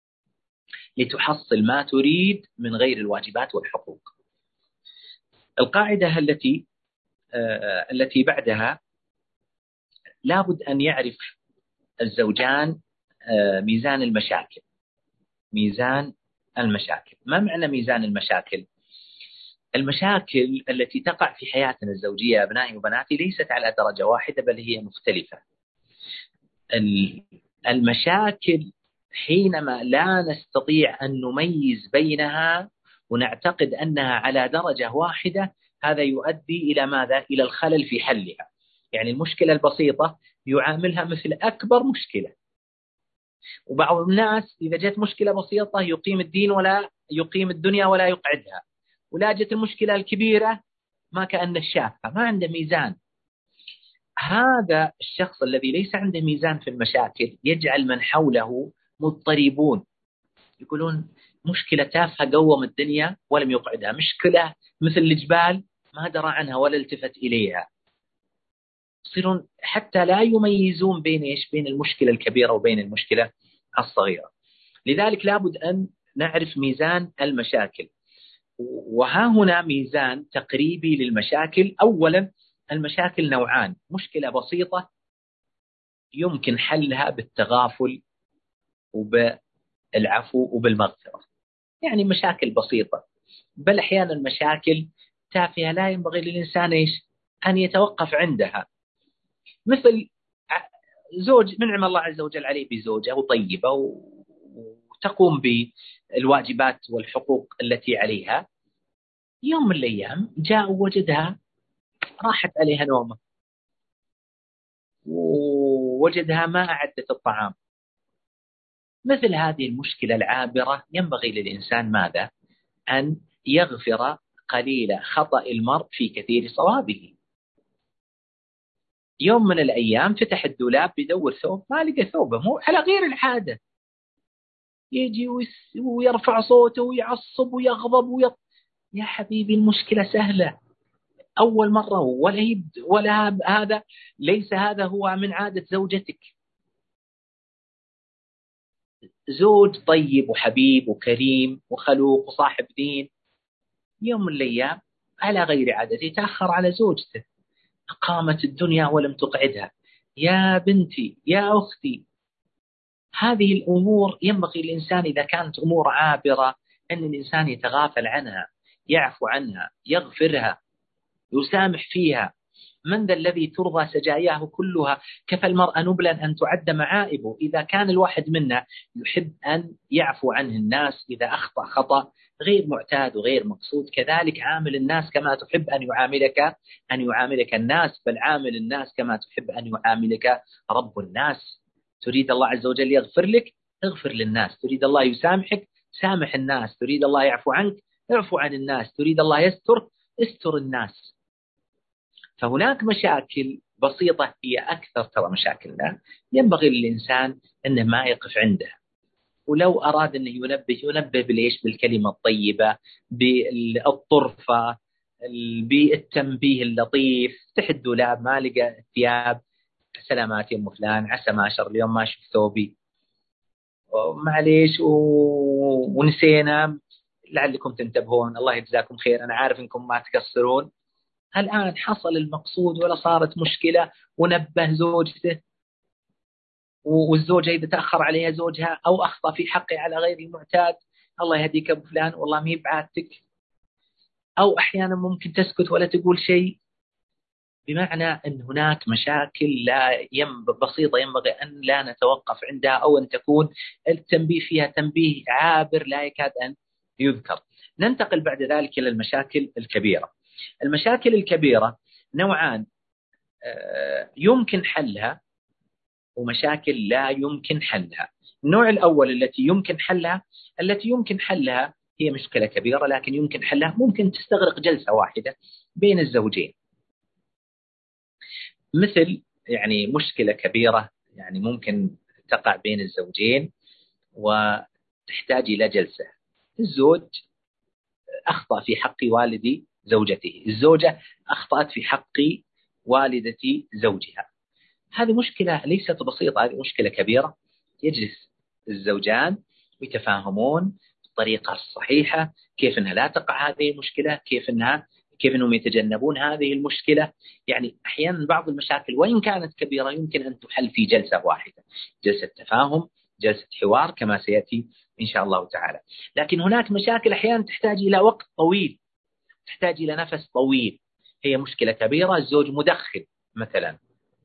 لتحصل ما تريد من غير الواجبات والحقوق. القاعدة التي آه التي بعدها لابد أن يعرف الزوجان آه ميزان المشاكل. ميزان المشاكل، ما معنى ميزان المشاكل؟ المشاكل التي تقع في حياتنا الزوجية أبنائي وبناتي ليست على درجة واحدة بل هي مختلفة. المشاكل حينما لا نستطيع أن نميز بينها ونعتقد أنها على درجة واحدة، هذا يؤدي إلى ماذا؟ إلى الخلل في حلها. يعني المشكلة البسيطة يعاملها مثل أكبر مشكلة، وبعض الناس إذا جت مشكلة بسيطة يقيم الدين ولا يقيم الدنيا ولا يقعدها، ولا جت المشكلة الكبيرة ما كأن الشافة، ما عنده ميزان. هذا الشخص الذي ليس عنده ميزان في المشاكل يجعل من حوله مضطربون، يقولون مشكلة تافهة قوم الدنيا ولم يقعدها، مشكلة مثل الجبال ما درى عنها ولا التفت إليها. يصيرون حتى لا يميزون بين إيش؟ بين المشكلة الكبيرة وبين المشكلة الصغيرة. لذلك لابد أن نعرف ميزان المشاكل. وها هنا ميزان تقريبي للمشاكل. أولا المشاكل نوعان: مشكلة بسيطة يمكن حلها بالتغافل وبالعفو وبالمغفرة، يعني مشاكل بسيطة، بل أحيانا مشاكل تافهة لا ينبغي للإنسان إيش؟ أن يتوقف عندها. مثل زوج منعم الله عز وجل عليه بزوجة وطيبة وتقوم بالواجبات والحقوق التي عليها، يوم من الأيام جاء ووجدها راحت عليها نومة ووجدها ما أعدت الطعام. مثل هذه المشكلة العابرة ينبغي للإنسان ماذا؟ أن يغفر قليل خطأ المرء في كثير صوابه. يوم من الأيام فتح الدولاب بدور ثوب ما لقى ثوبه، مو على غير العادة، يجي ويرفع صوته ويعصب ويغضب ويط... يا حبيبي المشكلة سهلة، أول مرة ولا هي ولا هذا، ليس هذا هو من عادة زوجتك. زوج طيب وحبيب وكريم وخلوق وصاحب دين، يوم من الأيام على غير عادته تأخر على زوجته، أقامت الدنيا ولم تقعدها. يا بنتي يا أختي، هذه الأمور ينبغي الإنسان إذا كانت أمور عابرة أن الإنسان يتغافل عنها، يعفو عنها، يغفرها، يسامح فيها. من ذا الذي ترضى سجاياه كلها؟ كفى المرء نبلا أن تعد معائبه. إذا كان الواحد منا يحب أن يعفو عنه الناس إذا أخطأ خطأ غير معتاد وغير مقصود، كذلك عامل الناس كما تحب أن يعاملك أن يعاملك الناس، بل عامل الناس كما تحب أن يعاملك رب الناس. تريد الله عز وجل يغفر لك، اغفر للناس. تريد الله يسامحك، سامح الناس. تريد الله يعفو عنك، اعفو عن الناس. تريد الله يستر، استر الناس. فهناك مشاكل بسيطة هي أكثر ترى مشاكلنا، ينبغي للإنسان أنه ما يقف عندها، ولو أراد أنه ينبه ينبه بالإيش؟ بالكلمة الطيبة، بالطرفة، بالتنبيه اللطيف. تحت الدولاب ما لقى ثياب، سلامات يا أم فلان، عسى ما شر اليوم ما شفت ثوبي، معليش و... ونسينا، لعلكم تنتبهون، الله يجزاكم خير، أنا عارف أنكم ما تقصرون. الآن حصل المقصود ولا صارت مشكلة، ونبه زوجته، والزوجة إذا تأخر عليها زوجها أو أخطأ في حقه على غير المعتاد، الله يهديك أبو فلان والله ما بعادتك. أو أحيانا ممكن تسكت ولا تقول شيء، بمعنى أن هناك مشاكل لا ينبغي بسيطة ينبغي أن لا نتوقف عندها، أو أن تكون التنبيه فيها تنبيه عابر لا يكاد أن يذكر. ننتقل بعد ذلك إلى المشاكل الكبيرة. المشاكل الكبيرة نوعان، يمكن حلها ومشاكل لا يمكن حلها. النوع الأول التي يمكن حلها، التي يمكن حلها هي مشكلة كبيرة لكن يمكن حلها، ممكن تستغرق جلسة واحدة بين الزوجين. مثل يعني مشكلة كبيرة يعني ممكن تقع بين الزوجين وتحتاج إلى جلسة. الزوج أخطأ في حق والد زوجته، الزوجة أخطأت في حق والدة زوجها. هذه مشكلة ليست بسيطة، هذه مشكلة كبيرة. يجلس الزوجان ويتفاهمون بالطريقة الصحيحة كيف أنها لا تقع هذه المشكلة، كيف أنها كيف أنهم يتجنبون هذه المشكلة. يعني أحيانا بعض المشاكل وإن كانت كبيرة يمكن أن تحل في جلسة واحدة، جلسة تفاهم، جلسة حوار كما سيأتي إن شاء الله تعالى. لكن هناك مشاكل أحيانا تحتاج إلى وقت طويل، تحتاج إلى نفس طويل. هي مشكلة كبيرة، الزوج مدخن مثلا،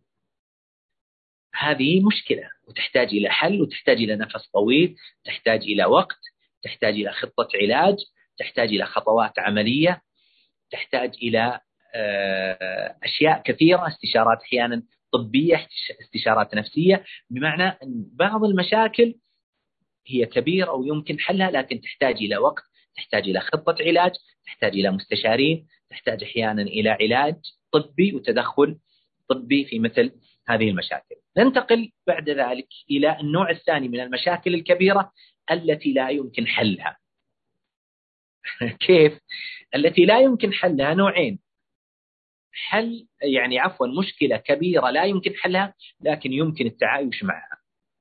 هذه مشكلة وتحتاج إلى حل وتحتاج إلى نفس طويل، تحتاج إلى وقت، تحتاج إلى خطة علاج، تحتاج إلى خطوات عملية، تحتاج إلى أشياء كثيرة، استشارات أحيانا طبية، استشارات نفسية. بمعنى أن بعض المشاكل هي كبيرة ويمكن حلها لكن تحتاج إلى وقت، تحتاج إلى خطة علاج، تحتاج إلى مستشارين، تحتاج أحيانا إلى علاج طبي وتدخل طبي في مثل هذه المشاكل. ننتقل بعد ذلك إلى النوع الثاني من المشاكل الكبيرة التي لا يمكن حلها. كيف؟ التي لا يمكن حلها نوعين، حل يعني عفوا مشكلة كبيرة لا يمكن حلها لكن يمكن التعايش معها.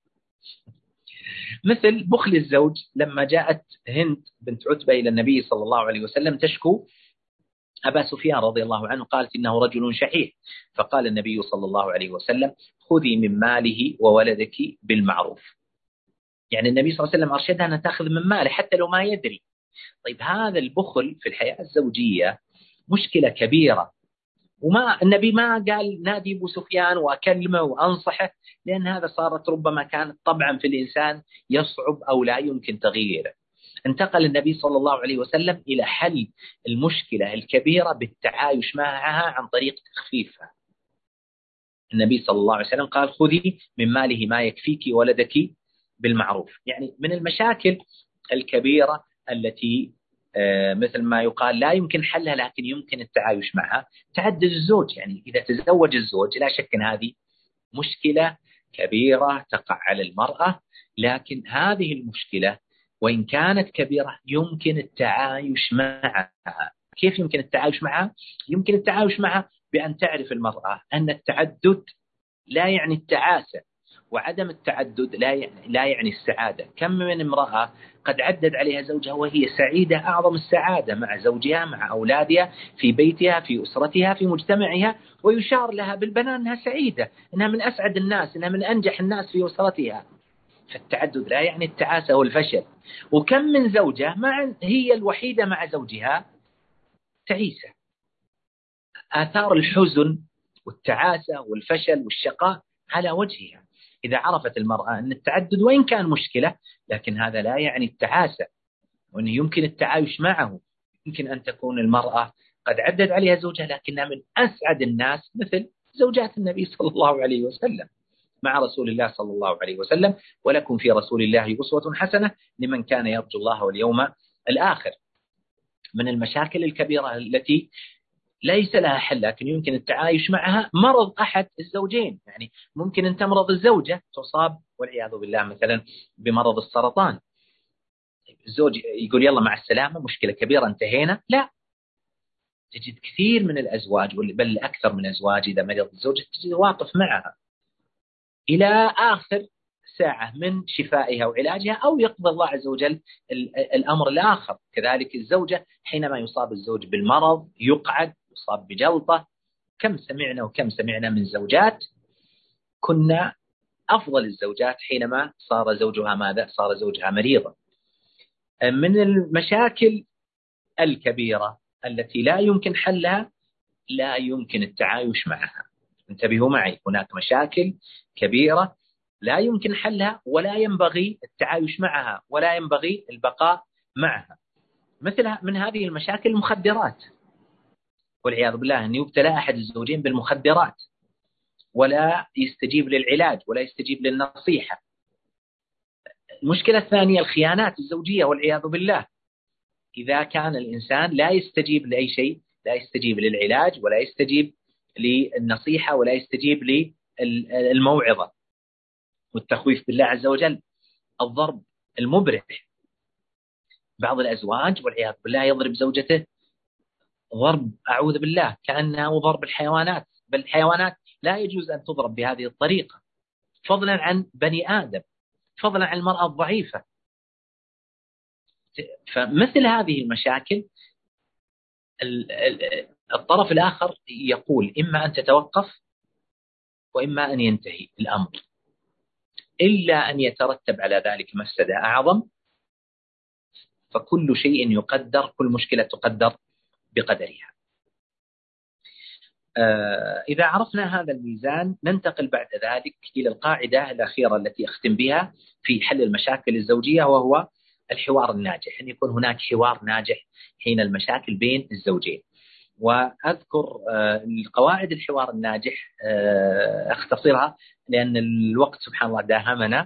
مثل بخل الزوج. لما جاءت هند بنت عتبة إلى النبي صلى الله عليه وسلم تشكو أبا سفيان رضي الله عنه، قالت إنه رجل شحيح، فقال النبي صلى الله عليه وسلم خذي من ماله وولدك بالمعروف. يعني النبي صلى الله عليه وسلم أرشدها أن تأخذ من ماله حتى لو ما يدري. طيب هذا البخل في الحياة الزوجية مشكلة كبيرة، وما النبي ما قال نادي أبو سفيان وأكلمه وأنصحه، لأن هذا صارت ربما كانت طبعا في الإنسان يصعب أو لا يمكن تغييره. انتقل النبي صلى الله عليه وسلم إلى حل المشكلة الكبيرة بالتعايش معها عن طريق تخفيفها. النبي صلى الله عليه وسلم قال خذي من ماله ما يكفيك ولدك بالمعروف. يعني من المشاكل الكبيرة التي مثل ما يقال لا يمكن حلها لكن يمكن التعايش معها تعدد الزوج. يعني إذا تزوج الزوج لا شك أن هذه مشكلة كبيرة تقع على المرأة، لكن هذه المشكلة وإن كانت كبيرة يمكن التعايش معها. كيف يمكن التعايش معها؟ يمكن التعايش معها بأن تعرف المرأة أن التعدد لا يعني التعاسة، وعدم التعدد لا يعني, لا يعني السعادة. كم من امرأة قد عدد عليها زوجها وهي سعيدة أعظم السعادة مع زوجها، مع أولادها، في بيتها، في أسرتها، في مجتمعها، ويشار لها بالبنان أنها سعيدة، أنها من أسعد الناس، أنها من أنجح الناس في أسرتها. فالتعدد لا يعني التعاسة والفشل. وكم من زوجة مع هي الوحيدة مع زوجها تعيسة، آثار الحزن والتعاسة والفشل والشقاء على وجهها. إذا عرفت المرأة أن التعدد وإن كان مشكلة لكن هذا لا يعني التعاسة، وأنه يمكن التعايش معه. يمكن أن تكون المرأة قد عدد عليها زوجها لكنها من أسعد الناس مثل زوجات النبي صلى الله عليه وسلم مع رسول الله صلى الله عليه وسلم. ولكم في رسول الله أسوة حسنة لمن كان يرجو الله واليوم الآخر. من المشاكل الكبيرة التي ليس لها حل لكن يمكن التعايش معها مرض أحد الزوجين. يعني ممكن أن تمرض الزوجة تصاب والعياذ بالله مثلا بمرض السرطان، الزوج يقول يلا مع السلامة مشكلة كبيرة انتهينا. لا، تجد كثير من الأزواج بل أكثر من الأزواج إذا مرض الزوجة تجد واقف معها إلى آخر ساعة من شفائها وعلاجها، أو يقضي الله عز وجل الأمر الآخر. كذلك الزوجة حينما يصاب الزوج بالمرض يقعد، يصاب بجلطة. كم سمعنا وكم سمعنا من زوجات كنا أفضل الزوجات حينما صار زوجها ماذا؟ صار زوجها مريضا. من المشاكل الكبيرة التي لا يمكن حلها لا يمكن التعايش معها. انتبهوا معي، هناك مشاكل كبيرة لا يمكن حلها ولا ينبغي التعايش معها ولا ينبغي البقاء معها. مثل من هذه المشاكل المخدرات، والعياذ بالله أن يبتلى أحد الزوجين بالمخدرات ولا يستجيب للعلاج ولا يستجيب للنصيحة. المشكلة الثانية الخيانات الزوجية والعياذ بالله. إذا كان الإنسان لا يستجيب لأي شيء، لا يستجيب للعلاج ولا يستجيب للنصيحة ولا يستجيب للموعظة والتخويف بالله عز وجل، الضرب المبرح. بعض الأزواج والعياذ بالله يضرب زوجته ضرب أعوذ بالله كأنه ضرب الحيوانات، بل الحيوانات لا يجوز أن تضرب بهذه الطريقة، فضلا عن بني آدم، فضلا عن المرأة الضعيفة. فمثل هذه المشاكل الطرف الآخر يقول إما أن تتوقف وإما أن ينتهي الأمر، إلا أن يترتب على ذلك مفسدة أعظم. فكل شيء يقدر، كل مشكلة تقدر بقدرها. إذا عرفنا هذا الميزان ننتقل بعد ذلك إلى القاعدة الأخيرة التي أختم بها في حل المشاكل الزوجية، وهو الحوار الناجح. أن يكون هناك حوار ناجح حين المشاكل بين الزوجين. وأذكر القواعد الحوار الناجح أختصرها لأن الوقت سبحان الله داهمنا.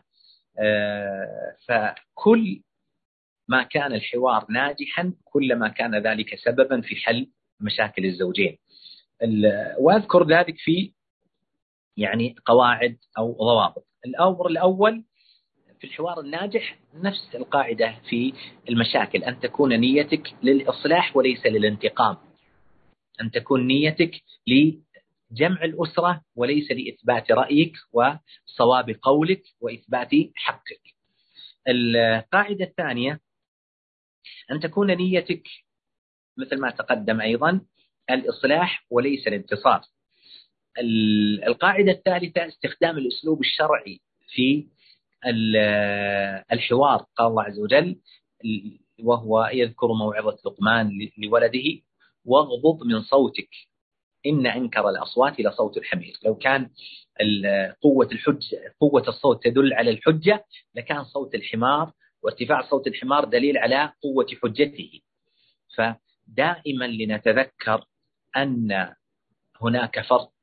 فكل ما كان الحوار ناجحا كلما كان ذلك سببا في حل مشاكل الزوجين. وأذكر ذلك في يعني قواعد أو ضوابط. الأمر الأول في الحوار الناجح نفس القاعدة في المشاكل، أن تكون نيتك للإصلاح وليس للانتقام، أن تكون نيتك لجمع الأسرة وليس لإثبات رأيك وصواب قولك وإثبات حقك. القاعدة الثانية أن تكون نيتك مثل ما تقدم أيضا الإصلاح وليس الانتصار. القاعدة الثالثة استخدام الأسلوب الشرعي في الحوار. قال الله عز وجل وهو يذكر موعظة لقمان لولده: واغضض من صوتك إن أنكر الأصوات لصوت الحمير. لو كان قوة الحجة قوة الصوت تدل على الحجة لكان صوت الحمار وارتفاع صوت الحمار دليل على قوة حجته. فدائما لنتذكر أن هناك فرق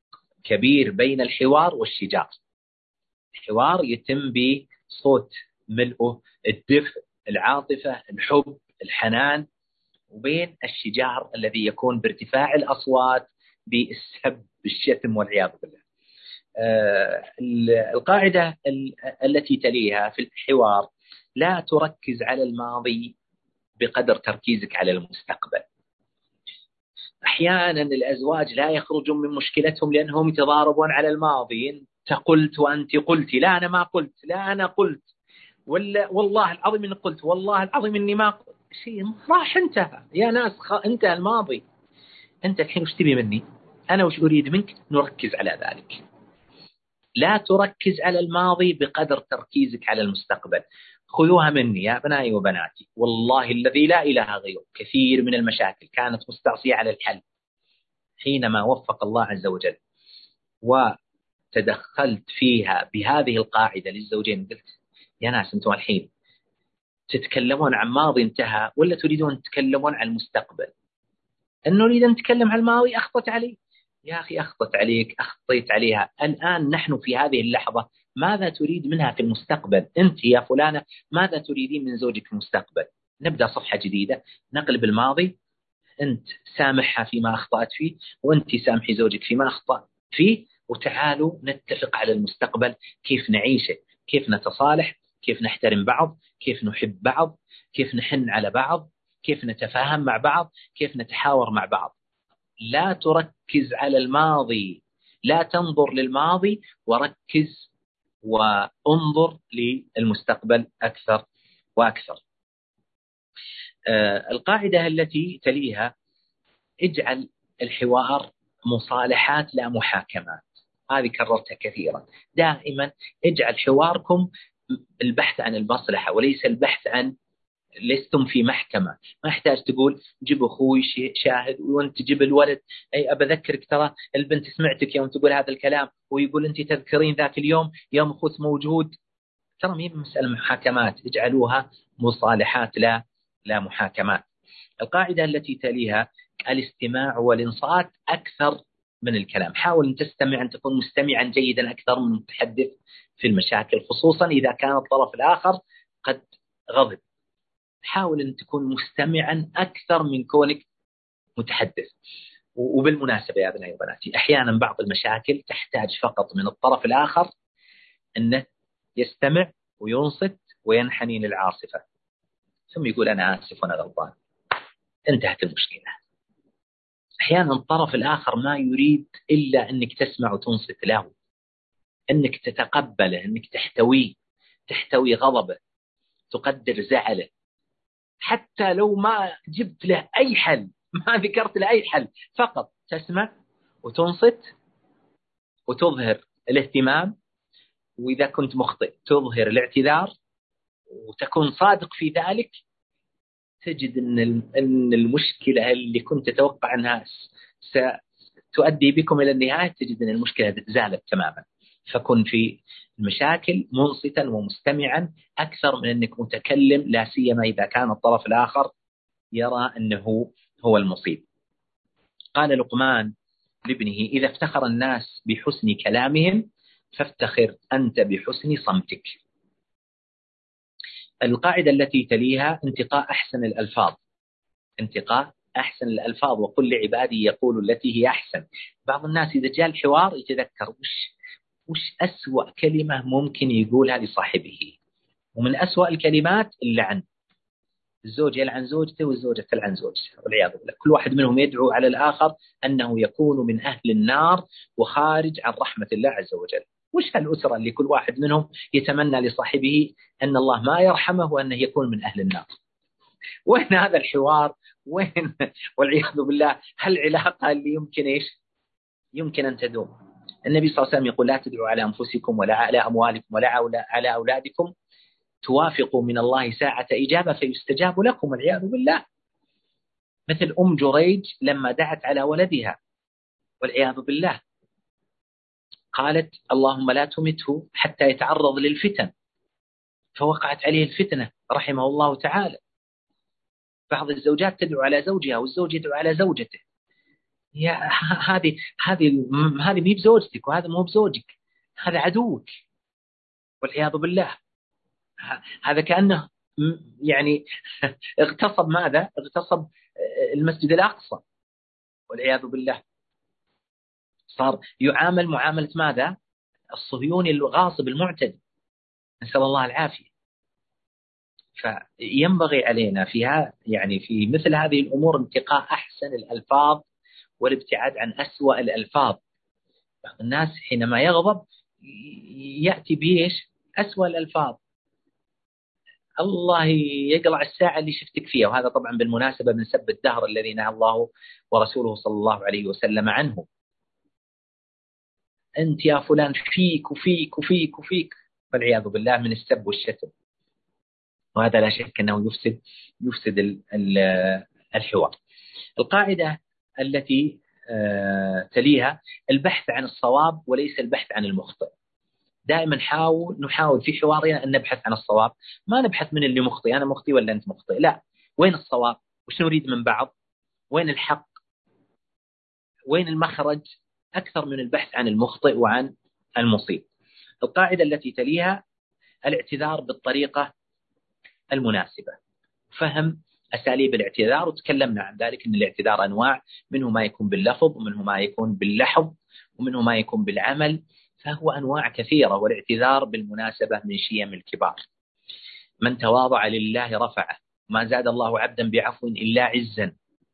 كبير بين الحوار والشجار. الحوار يتم بصوت ملؤه الدفء، العاطفة، الحب، الحنان، وبين الشجار الذي يكون بارتفاع الأصوات، بالسب، بالشتم والعياذ بالله. آه القاعدة التي تليها في الحوار: لا تركز على الماضي بقدر تركيزك على المستقبل. أحيانا الأزواج لا يخرجون من مشكلتهم لأنهم يتضاربون على الماضي. أنت قلت وأنت قلتي، لا أنا ما قلت، لا أنا قلت، ولا والله العظيم إني قلت، والله العظيم إني ما قلت. شيء راح انتهى يا ناس، انتهى الماضي. أنت الحين وش تبي مني؟ أنا وش أريد منك؟ نركز على ذلك. لا تركز على الماضي بقدر تركيزك على المستقبل. خذوها مني يا أبنائي وبناتي، والله الذي لا إله غيره، كثير من المشاكل كانت مستعصية على الحل حينما وفق الله عز وجل وتدخلت فيها بهذه القاعدة للزوجين. قلت يا ناس، أنتم الحين تتكلمون عن ماضي انتهى ولا تريدون تتكلمون عن المستقبل؟ أن نريد أن نتكلم عن الماضي أخطأت علي. يا أخي أخطأت عليك، أخطيت عليها. الآن نحن في هذه اللحظة، ماذا تريد منها في المستقبل؟ أنت يا فلانة ماذا تريدين من زوجك في المستقبل؟ نبدأ صفحة جديدة، نقلب الماضي. أنت سامحها فيما أخطأت فيه، وأنت سامحي زوجك فيما أخطأ فيه، وتعالوا نتفق على المستقبل، كيف نعيشه، كيف نتصالح، كيف نحترم بعض، كيف نحب بعض، كيف نحن على بعض، كيف نتفاهم مع بعض، كيف نتحاور مع بعض. لا تركز على الماضي، لا تنظر للماضي، وركز وانظر للمستقبل أكثر وأكثر. آه القاعدة التي تليها: اجعل الحوار مصالحات لا محاكمات. هذه كررتها كثيرا. دائما اجعل حواركم البحث عن المصلحة وليس البحث عن، لستم في محكمة. ما يحتاج تقول جيب أخوي شاهد وأنت جيب الولد. أي أبذكرك ترى البنت سمعتك يوم تقول هذا الكلام، ويقول أنت تذكرين ذاك اليوم يوم أخوك موجود. ترى مين مسألة محاكمات، اجعلوها مصالحات لا لا محاكمات. القاعدة التي تليها: الاستماع والإنصات أكثر من الكلام. حاول أن تستمع، أن تكون مستمعا جيدا أكثر من متحدث في المشاكل، خصوصا إذا كان الطرف الآخر قد غضب. حاول أن تكون مستمعا أكثر من كونك متحدث. وبالمناسبة يا أبنائي وبناتي، أحيانا بعض المشاكل تحتاج فقط من الطرف الآخر أنه يستمع وينصت وينحني للعاصفة، ثم يقول أنا آسف وأنا غلطان، انتهت المشكلة. أحيانا الطرف الآخر ما يريد إلا أنك تسمع وتنصت له، أنك تتقبله، أنك تحتويه، تحتوي غضبه، تقدر زعله، حتى لو ما جبت له أي حل، ما ذكرت له أي حل، فقط تسمع وتنصت وتظهر الاهتمام، وإذا كنت مخطئ تظهر الاعتذار وتكون صادق في ذلك. تجد أن أن المشكلة اللي كنت تتوقع أنها ستؤدي بكم إلى النهاية، تجد أن المشكلة زالت تماما. فكن في المشاكل منصتا ومستمعا أكثر من أنك متكلم، لا سيما إذا كان الطرف الآخر يرى أنه هو المصيب. قال لقمان لابنه: إذا افتخر الناس بحسن كلامهم فافتخر أنت بحسن صمتك. القاعدة التي تليها: انتقاء أحسن الألفاظ. انتقاء أحسن الألفاظ. وقل لعبادي يقول التي هي أحسن. بعض الناس إذا جاء الحوار يتذكر وش وش أسوأ كلمة ممكن يقولها لصاحبه، ومن أسوأ الكلمات اللعن. الزوج يلعن زوجته والزوجة تلعن زوجها والعياذ بالله. كل واحد منهم يدعو على الآخر أنه يكون من أهل النار وخارج عن رحمة الله عز وجل. وش هالأسرة اللي كل واحد منهم يتمنى لصاحبه أن الله ما يرحمه وأنه يكون من أهل النار؟ وين هذا الحوار؟ وين والعياذ بالله هالعلاقة اللي يمكن إيش يمكن أن تدوم؟ النبي صلى الله عليه وسلم يقول: لا تدعوا على أنفسكم ولا على أموالكم ولا على أولادكم توافقوا من الله ساعة إجابة فيستجاب لكم، والعياذ بالله. مثل أم جريج لما دعت على ولدها والعياذ بالله قالت: اللهم لا تمته حتى يتعرض للفتن، فوقعت عليه الفتنة رحمه الله تعالى. بعض الزوجات تدعو على زوجها والزوج يدعو على زوجته. يا هذه هذه هذه مي بزوجتك، وهذا مو بزوجك، هذا عدوك والعياذ بالله. هذا كأنه يعني اغتصب ماذا؟ اغتصب المسجد الأقصى والعياذ بالله. صار يعامل معاملة ماذا؟ الصهيوني الغاصب المعتدي، نسأل الله العافية. فينبغي علينا فيها يعني في مثل هذه الأمور انتقاء أحسن الألفاظ والابتعاد عن أسوأ الألفاظ. بعض الناس حينما يغضب يأتي بإيش؟ أسوأ الألفاظ. الله يقلع الساعة اللي شفتك فيها، وهذا طبعا بالمناسبة من سب الدهر الذي نهى الله ورسوله صلى الله عليه وسلم عنه. أنت يا فلان فيك وفيك وفيك وفيك، والعياذ بالله من السب والشتم. وهذا لا شك أنه يفسد يفسد الحوار. القاعدة التي تليها البحث عن الصواب وليس البحث عن المخطئ. دائما نحاول نحاول في حوارنا أن نبحث عن الصواب، ما نبحث من اللي مخطئ، أنا مخطئ ولا أنت مخطئ، لا، وين الصواب؟ وش نريد من بعض؟ وين الحق؟ وين المخرج؟ أكثر من البحث عن المخطئ وعن المصيب. القاعدة التي تليها الاعتذار بالطريقة المناسبة، فهم أساليب الاعتذار، وتكلمنا عن ذلك أن الاعتذار أنواع، منه ما يكون باللفظ، ومنه ما يكون باللحظ، ومنه ما يكون بالعمل، فهو أنواع كثيرة. والاعتذار بالمناسبة من شيم الكبار. من تواضع لله رفعه، ما زاد الله عبدا بعفو إلا عزا.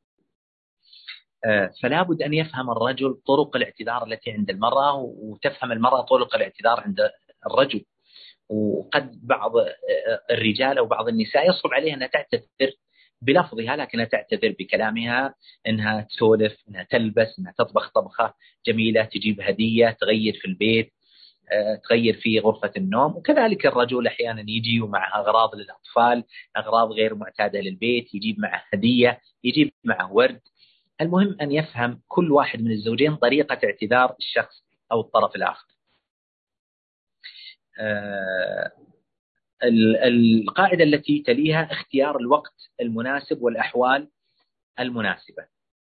فلا بد أن يفهم الرجل طرق الاعتذار التي عند المرأة، وتفهم المرأة طرق الاعتذار عند الرجل. وقد بعض الرجال أو بعض النساء يصعب عليها أنها تعتذر بلفظها، لكنها تعتذر بكلامها، أنها تسولف، أنها تلبس، أنها تطبخ طبخة جميلة، تجيب هدية، تغير في البيت، تغير في غرفة النوم. وكذلك الرجل أحيانا يجي ومعه أغراض للأطفال، أغراض غير معتادة للبيت، يجيب معه هدية، يجيب معه ورد. المهم أن يفهم كل واحد من الزوجين طريقة اعتذار الشخص أو الطرف الآخر. القاعدة التي تليها اختيار الوقت المناسب والأحوال المناسبة.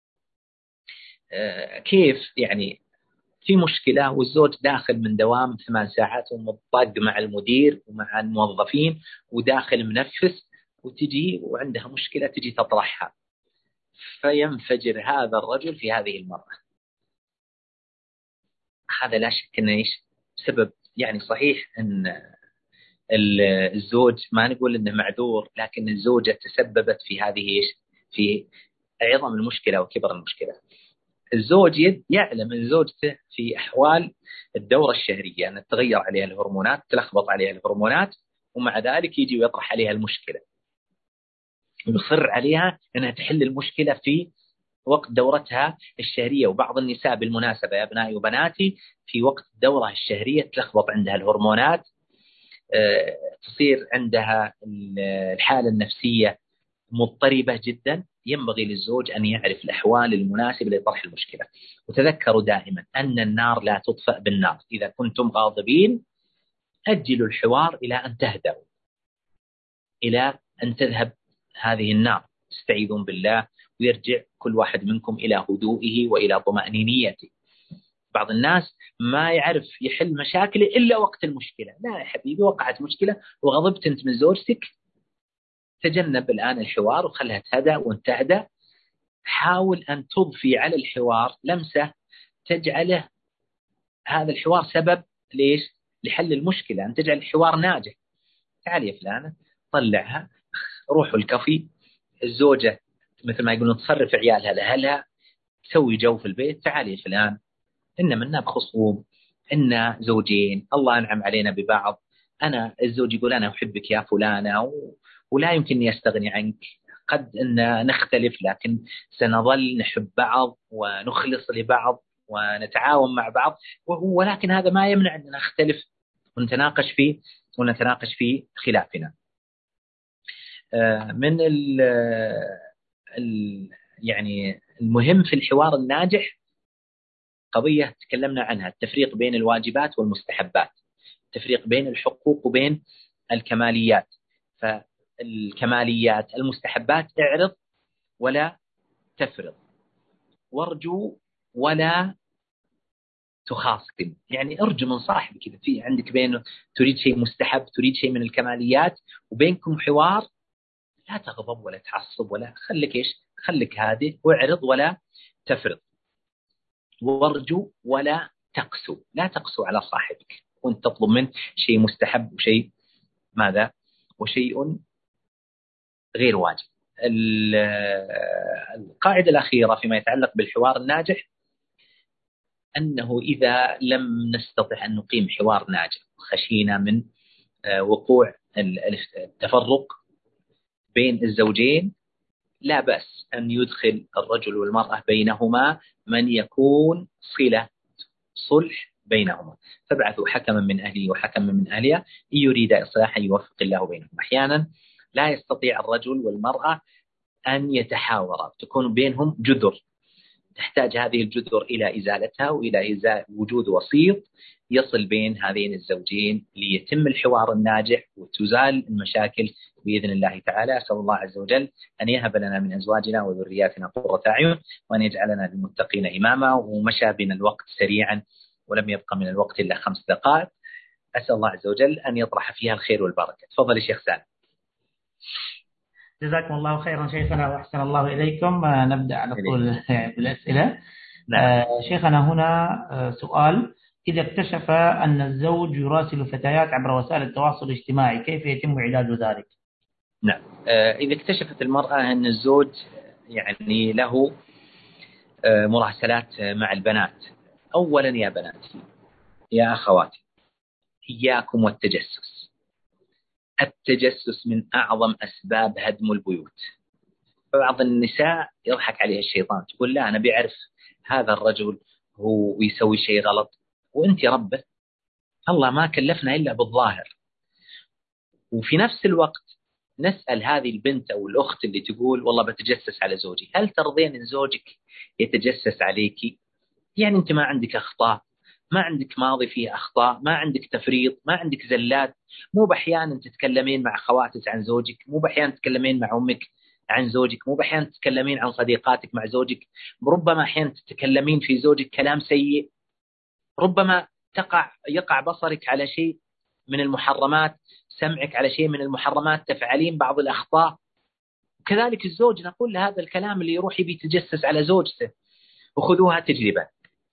كيف يعني في مشكلة والزوج داخل من دوام ثمان ساعات ومضطق مع المدير ومع الموظفين وداخل منفس، وتجي وعندها مشكلة تجي تطرحها، فينفجر هذا الرجل في هذه المرة. هذا لا شك أنه إيش سبب. يعني صحيح أن الزوج ما نقول أنه معذور، لكن الزوجة تسببت في هذه إيش في عظم المشكلة وكبر المشكلة. الزوج يعلم من زوجته في أحوال الدورة الشهرية أن تغير عليها الهرمونات، تلخبط عليها الهرمونات، ومع ذلك يجي ويطرح عليها المشكلة، ويصر عليها أنها تحل المشكلة في وقت دورتها الشهرية. وبعض النساء بالمناسبة يا أبنائي وبناتي في وقت الدورة الشهرية تلخبط عندها الهرمونات، تصير عندها الحالة النفسية مضطربة جدا. ينبغي للزوج أن يعرف الأحوال المناسبة لطرح المشكلة. وتذكروا دائما أن النار لا تطفأ بالنار. إذا كنتم غاضبين أجلوا الحوار إلى أن تهدأوا، إلى أن تذهب هذه النار، تستعيذون بالله ويرجع كل واحد منكم إلى هدوئه وإلى طمأنينيته. بعض الناس ما يعرف يحل مشاكله إلا وقت المشكلة. لا يا حبيبي، وقعت مشكلة وغضبت أنت من زوجتك، تجنب الآن الحوار وخلها تهدأ وانت تهدأ. حاول أن تضفي على الحوار لمسة تجعله هذا الحوار سبب ليش؟ لحل المشكلة، أن تجعل الحوار ناجح. تعال يا فلانة، طلعها، روحوا الكافي، الزوجة مثل ما يقولون تصرف عيالها لأهلها، تسوي جو في البيت. تعال يا فلان، إن منا بخصوم، إن زوجين، الله أنعم علينا ببعض. أنا الزوج يقول أنا أحبك يا فلانة و... ولا يمكنني أستغني عنك. قد أن نختلف لكن سنظل نحب بعض ونخلص لبعض ونتعاون مع بعض، ولكن هذا ما يمنع أن نختلف ونتناقش فيه ونتناقش في خلافنا. من ال ال يعني المهم في الحوار الناجح قضية تكلمنا عنها، التفريق بين الواجبات والمستحبات، التفريق بين الحقوق وبين الكماليات. فالكماليات المستحبات اعرض ولا تفرض، وارجو ولا تخاصم، يعني ارجو من صاحبك كذا، في عندك بينه تريد شيء مستحب، تريد شيء من الكماليات وبينكم حوار، لا تغضب ولا تعصب ولا، خليك ايش، خليك هادئ واعرض ولا تفرض. وارجو ولا تقسو، لا تقسو على صاحبك وانت تطلب منه شيء مستحب وشيء ماذا وشيء غير واجب. القاعدة الأخيرة فيما يتعلق بالحوار الناجح أنه إذا لم نستطع أن نقيم حوار ناجح خشينا من وقوع التفرق بين الزوجين، لا بأس أن يدخل الرجل والمرأة بينهما من يكون صلة صلح بينهما، فابعثوا حكما من أهله وحكما من أهلها إن يريد إصلاحا يوفق الله بينهم. أحيانا لا يستطيع الرجل والمرأة أن يتحاورا، تكون بينهم جذر، تحتاج هذه الجذر إلى إزالتها وإلى إزالة وجود وسيط يصل بين هذين الزوجين ليتم الحوار الناجح وتزال المشاكل بإذن الله تعالى. أسأل الله عز وجل أن يهب لنا من أزواجنا وذرياتنا قرة أعين وأن يجعلنا للمتقين إماما. ومشى بنا الوقت سريعا ولم يبقى من الوقت إلا خمس دقائق، أسأل الله عز وجل أن يطرح فيها الخير والبركة. تفضل الشيخ سالم. جزاكم الله خيرا شيخنا وأحسن الله إليكم. نبدأ على طول بالأسئلة. نعم. آه شيخنا هنا آه سؤال: إذا اكتشف أن الزوج يراسل فتيات عبر وسائل التواصل الاجتماعي كيف يتم علاج ذلك؟ نعم. آه إذا اكتشفت المرأة أن الزوج يعني له آه مراسلات مع البنات، أولا يا بناتي يا أخواتي إياكم والتجسس. التجسس من أعظم أسباب هدم البيوت. بعض النساء يضحك عليها الشيطان، تقول لا أنا بيعرف هذا الرجل هو يسوي شيء غلط، وأنت ربه الله ما كلفنا إلا بالظاهر. وفي نفس الوقت نسأل هذه البنت أو الأخت اللي تقول والله بتجسس على زوجي، هل ترضين إن زوجك يتجسس عليك؟ يعني أنت ما عندك أخطاء، ما عندك ماضي فيه أخطاء، ما عندك تفريط، ما عندك زلات، مو بأحيانا تتكلمين مع خواتك عن زوجك، مو بأحيانا تتكلمين مع أمك عن زوجك، مو بأحيانا تتكلمين عن صديقاتك مع زوجك، ربما أحيانا تتكلمين في زوجك كلام سيء، ربما تقع يقع بصرك على شيء من المحرمات، سمعك على شيء من المحرمات، تفعلين بعض الأخطاء. كذلك الزوج نقول له هذا الكلام اللي يروح يبي يتجسس على زوجته. وخذوها تجربة،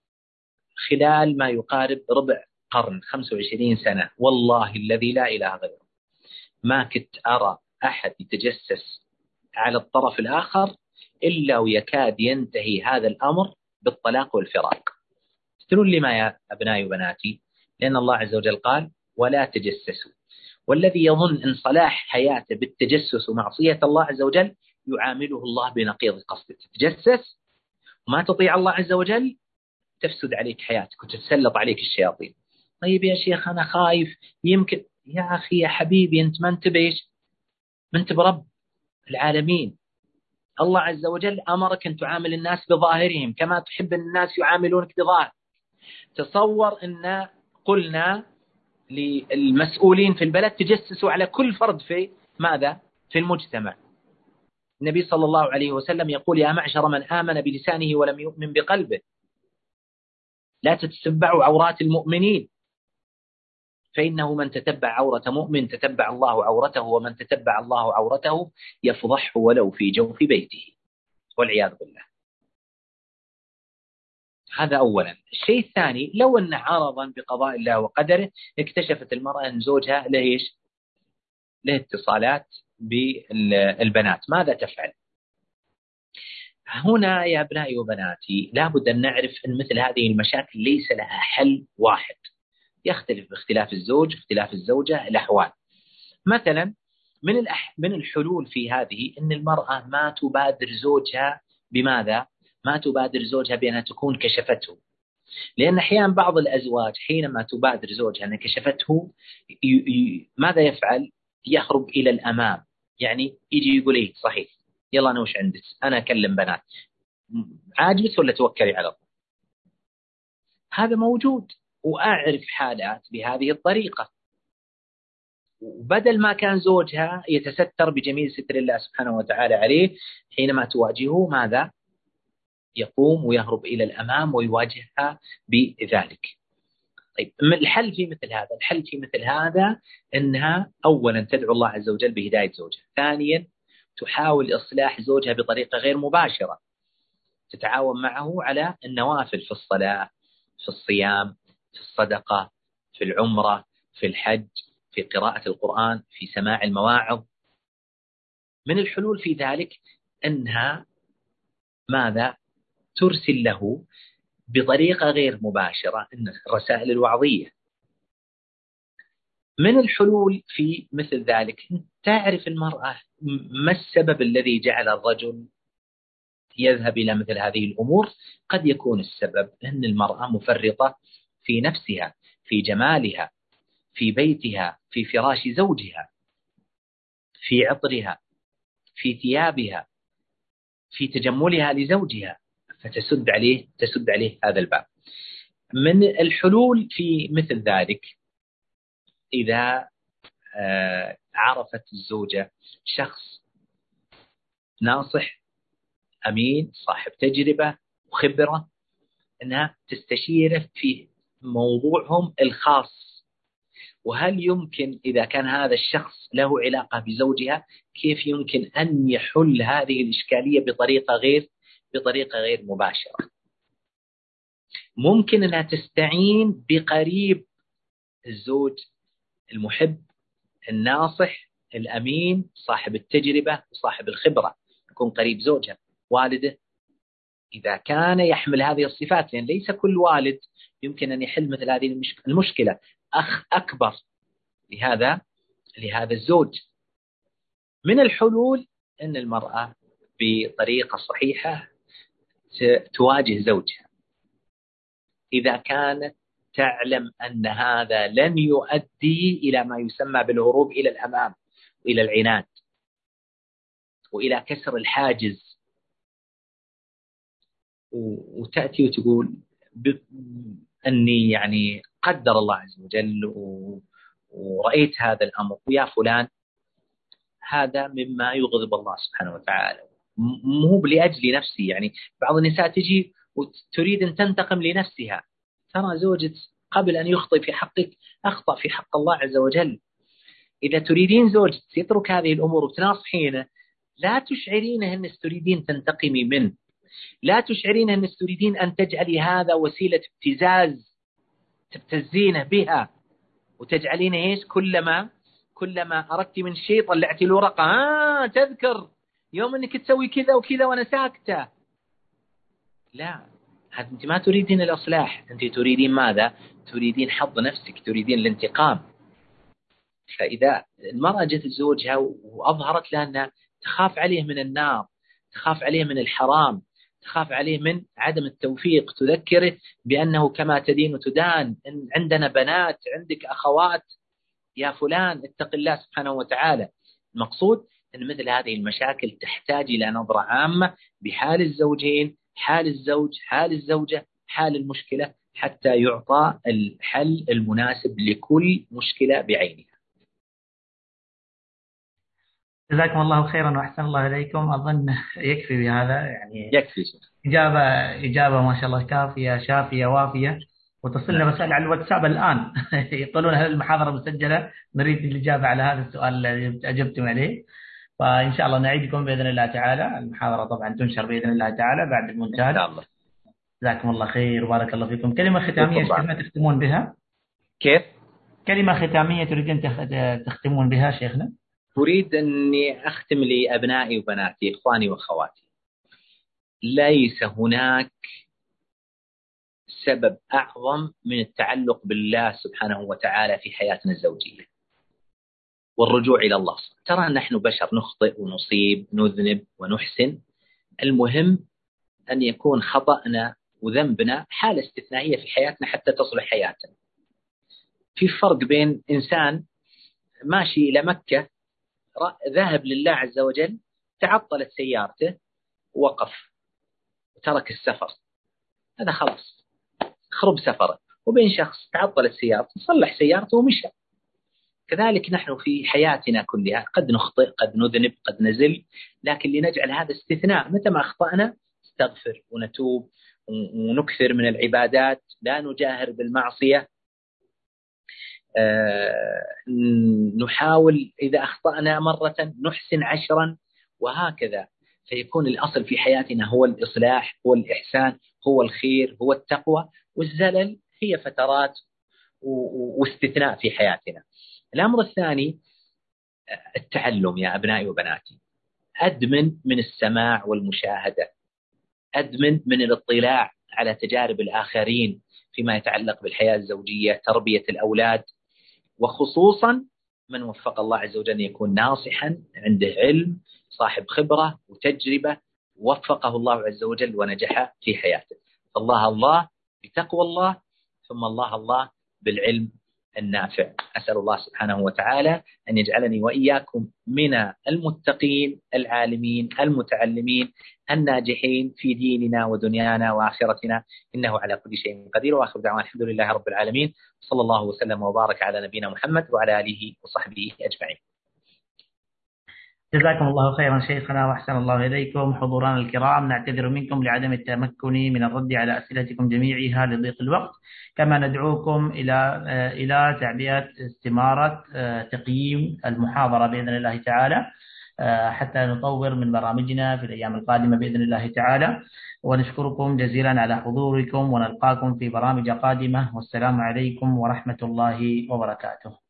خلال ما يقارب ربع قرن خمسة وعشرين سنة والله الذي لا إله غيره ما كنت أرى أحد يتجسس على الطرف الآخر إلا ويكاد ينتهي هذا الأمر بالطلاق والفراق. تدرون لما يا أبنائي وبناتي؟ لأن الله عز وجل قال ولا تجسسوا، والذي يظن أن صلاح حياته بالتجسس ومعصية الله عز وجل يعامله الله بنقيض قصده. تتجسس وما تطيع الله عز وجل تفسد عليك حياتك وتتسلط عليك الشياطين. طيب يا شيخ أنا خايف يمكن، يا أخي يا حبيبي أنت ما انت بيش، ما انت برب العالمين. الله عز وجل أمرك أن تعامل الناس بظاهرهم كما تحب أن الناس يعاملونك بظاهر. تصور أن قلنا للمسؤولين في البلد تجسسوا على كل فرد في ماذا؟ في المجتمع. النبي صلى الله عليه وسلم يقول يا معشر من آمن بلسانه ولم يؤمن بقلبه لا تتتبعوا عورات المؤمنين فإنه من تتبع عورة مؤمن تتبع الله عورته، ومن تتبع الله عورته يفضحه ولو في جوف بيته، والعياذ بالله. هذا أولا. الشيء الثاني، لو أن عرضا بقضاء الله وقدره اكتشفت المرأة أن زوجها له إيش؟ له اتصالات بالبنات، ماذا تفعل؟ هنا يا أبنائي وبناتي لابد أن نعرف أن مثل هذه المشاكل ليس لها حل واحد، يختلف باختلاف الزوج اختلاف الزوجة الأحوال. مثلا من الأح... من الحلول في هذه أن المرأة ما تبادر زوجها بماذا؟ ما تبادر زوجها بأنها تكون كشفته، لأن أحيانا بعض الأزواج حينما تبادر زوجها أنها كشفته ي... ي... ماذا يفعل؟ يخرج إلى الأمام، يعني يجي يقول إيه صحيح يلا أنا وش عندك، أنا أكلم بنات، عاجبك ولا توكلي على الله؟ هذا موجود وأعرف حالات بهذه الطريقة. وبدل ما كان زوجها يتستر بجميل ستر الله سبحانه وتعالى عليه، حينما تواجهه ماذا؟ يقوم ويهرب إلى الأمام ويواجهها بذلك. طيب الحل في مثل هذا الحل في مثل هذا أنها أولا تدعو الله عز وجل بهداية زوجها، ثانيا تحاول إصلاح زوجها بطريقة غير مباشرة، تتعاون معه على النوافل في الصلاة، في الصيام، في الصدقة، في العمرة، في الحج، في قراءة القرآن، في سماع المواعظ. من الحلول في ذلك أنها ماذا؟ ترسل له بطريقة غير مباشرة الرسائل الوعظية. من الحلول في مثل ذلك تعرف المرأة ما السبب الذي جعل الرجل يذهب إلى مثل هذه الأمور. قد يكون السبب أن المرأة مفرطة في نفسها، في جمالها، في بيتها، في فراش زوجها، في عطرها، في ثيابها، في تجملها لزوجها، فتسد عليه تسد عليه هذا الباب. من الحلول في مثل ذلك إذا عرفت الزوجة شخص ناصح أمين صاحب تجربة وخبرة، أنها تستشيره في موضوعهم الخاص، وهل يمكن إذا كان هذا الشخص له علاقة بزوجها كيف يمكن أن يحل هذه الإشكالية بطريقة غير بطريقة غير مباشرة. ممكن أنها تستعين بقريب الزوج المحب الناصح الأمين صاحب التجربة وصاحب الخبرة، يكون قريب زوجها، والده إذا كان يحمل هذه الصفات، لأن ليس كل والد يمكن أن يحل مثل هذه المشكلة. أخ أكبر لهذا لهذا الزوج. من الحلول أن المرأة بطريقة صحيحة تواجه زوجها إذا كانت تعلم أن هذا لن يؤدي إلى ما يسمى بالهروب إلى الأمام وإلى العناد وإلى كسر الحاجز، وتأتي وتقول أني يعني قدر الله عز وجل ورأيت هذا الأمر ويا فلان هذا مما يغضب الله سبحانه وتعالى، مو لأجل نفسي. يعني بعض النساء تجي وتريد أن تنتقم لنفسها، ترى زوجك قبل أن يخطئ في حقك أخطأ في حق الله عز وجل. إذا تريدين زوجك يترك هذه الأمور وتناصحينه، لا تشعرينه أن تريدين تنتقمي منه، لا تشعرينه أن تريدين أن تجعلي هذا وسيلة ابتزاز تبتزينه بها وتجعلينه إيش كلما كلما أردت من شيء طلعتي له ورقة آه تذكر يوم أنك تسوي كذا وكذا وأنا ساكتة. لا، أنت ما تريدين الإصلاح، أنت تريدين ماذا؟ تريدين حظ نفسك، تريدين الانتقام. فإذا المرأة جت زوجها وأظهرت لها أنها تخاف عليه من النار، تخاف عليه من الحرام، تخاف عليه من عدم التوفيق، تذكره بأنه كما تدين تدان، إن عندنا بنات، عندك أخوات، يا فلان اتق الله سبحانه وتعالى. المقصود أن مثل هذه المشاكل تحتاج إلى نظرة عامة بحال الزوجين، حال الزوج، حال الزوجة، حال المشكلة، حتى يعطى الحل المناسب لكل مشكلة بعينها. جزاكم الله خيرا وأحسن الله إليكم. أظن يكفي بهذا، يعني يكفي. إجابة إجابة ما شاء الله كافية شافية وافية. وتصلنا رسائل على الواتساب الآن يقولون هل المحاضرة مسجلة؟ نريد الإجابة على هذا السؤال الذي أجبتم عليه. فإن شاء الله نعيدكم بإذن الله تعالى. المحاضرة طبعا تنشر بإذن الله تعالى بعد المونتاج إن شاء الله. جزاكم الله خير وبارك الله فيكم. كلمة ختامية شيخنا تختمون بها؟ كيف؟ كلمة ختامية تريدون تختمون بها شيخنا؟ أريد أني أختم لأبنائي وبناتي، إخواني وأخواتي، ليس هناك سبب أعظم من التعلق بالله سبحانه وتعالى في حياتنا الزوجية والرجوع إلى الله. ترى نحن بشر نخطئ ونصيب نذنب ونحسن، المهم أن يكون خطأنا وذنبنا حالة استثنائية في حياتنا حتى تصلح حياتنا. في فرق بين إنسان ماشي إلى مكة ذهب لله عز وجل، تعطلت سيارته ووقف وترك السفر، هذا خلاص خرب سفره، وبين شخص تعطلت سيارته صلح سيارته ومشى. كذلك نحن في حياتنا كلها قد نخطئ، قد نذنب، قد نزل، لكن لنجعل هذا استثناء، متى ما أخطأنا نستغفر ونتوب ونكثر من العبادات، لا نجاهر بالمعصية. نحاول إذا أخطأنا مرة نحسن عشرا، وهكذا. فيكون الأصل في حياتنا هو الإصلاح، هو الإحسان، هو الخير، هو التقوى، والزلل هي فترات واستثناء في حياتنا. الأمر الثاني التعلم يا أبنائي وبناتي. أدمن من السماع والمشاهدة، أدمن من الاطلاع على تجارب الآخرين فيما يتعلق بالحياة الزوجية، تربية الأولاد، وخصوصا من وفق الله عز وجل يكون ناصحا عنده علم، صاحب خبرة وتجربة، وفقه الله عز وجل ونجح في حياته. فالله الله بتقوى الله، ثم الله الله بالعلم النافع. أسأل الله سبحانه وتعالى أن يجعلني وإياكم من المتقين العالمين المتعلمين الناجحين في ديننا ودنيانا وآخرتنا، إنه على كل شيء قدير. وآخر دعوانا الحمد لله رب العالمين، صلى الله وسلم وبارك على نبينا محمد وعلى آله وصحبه أجمعين. جزاكم الله خيرا شيخنا وأحسن الله إليكم. حضورنا الكرام، نعتذر منكم لعدم التمكن من الرد على أسئلتكم جميعها لضيق الوقت، كما ندعوكم إلى إلى تعبئة استمارة تقييم المحاضرة بإذن الله تعالى، حتى نطور من برامجنا في الأيام القادمة بإذن الله تعالى. ونشكركم جزيلا على حضوركم، ونلقاكم في برامج قادمة، والسلام عليكم ورحمة الله وبركاته.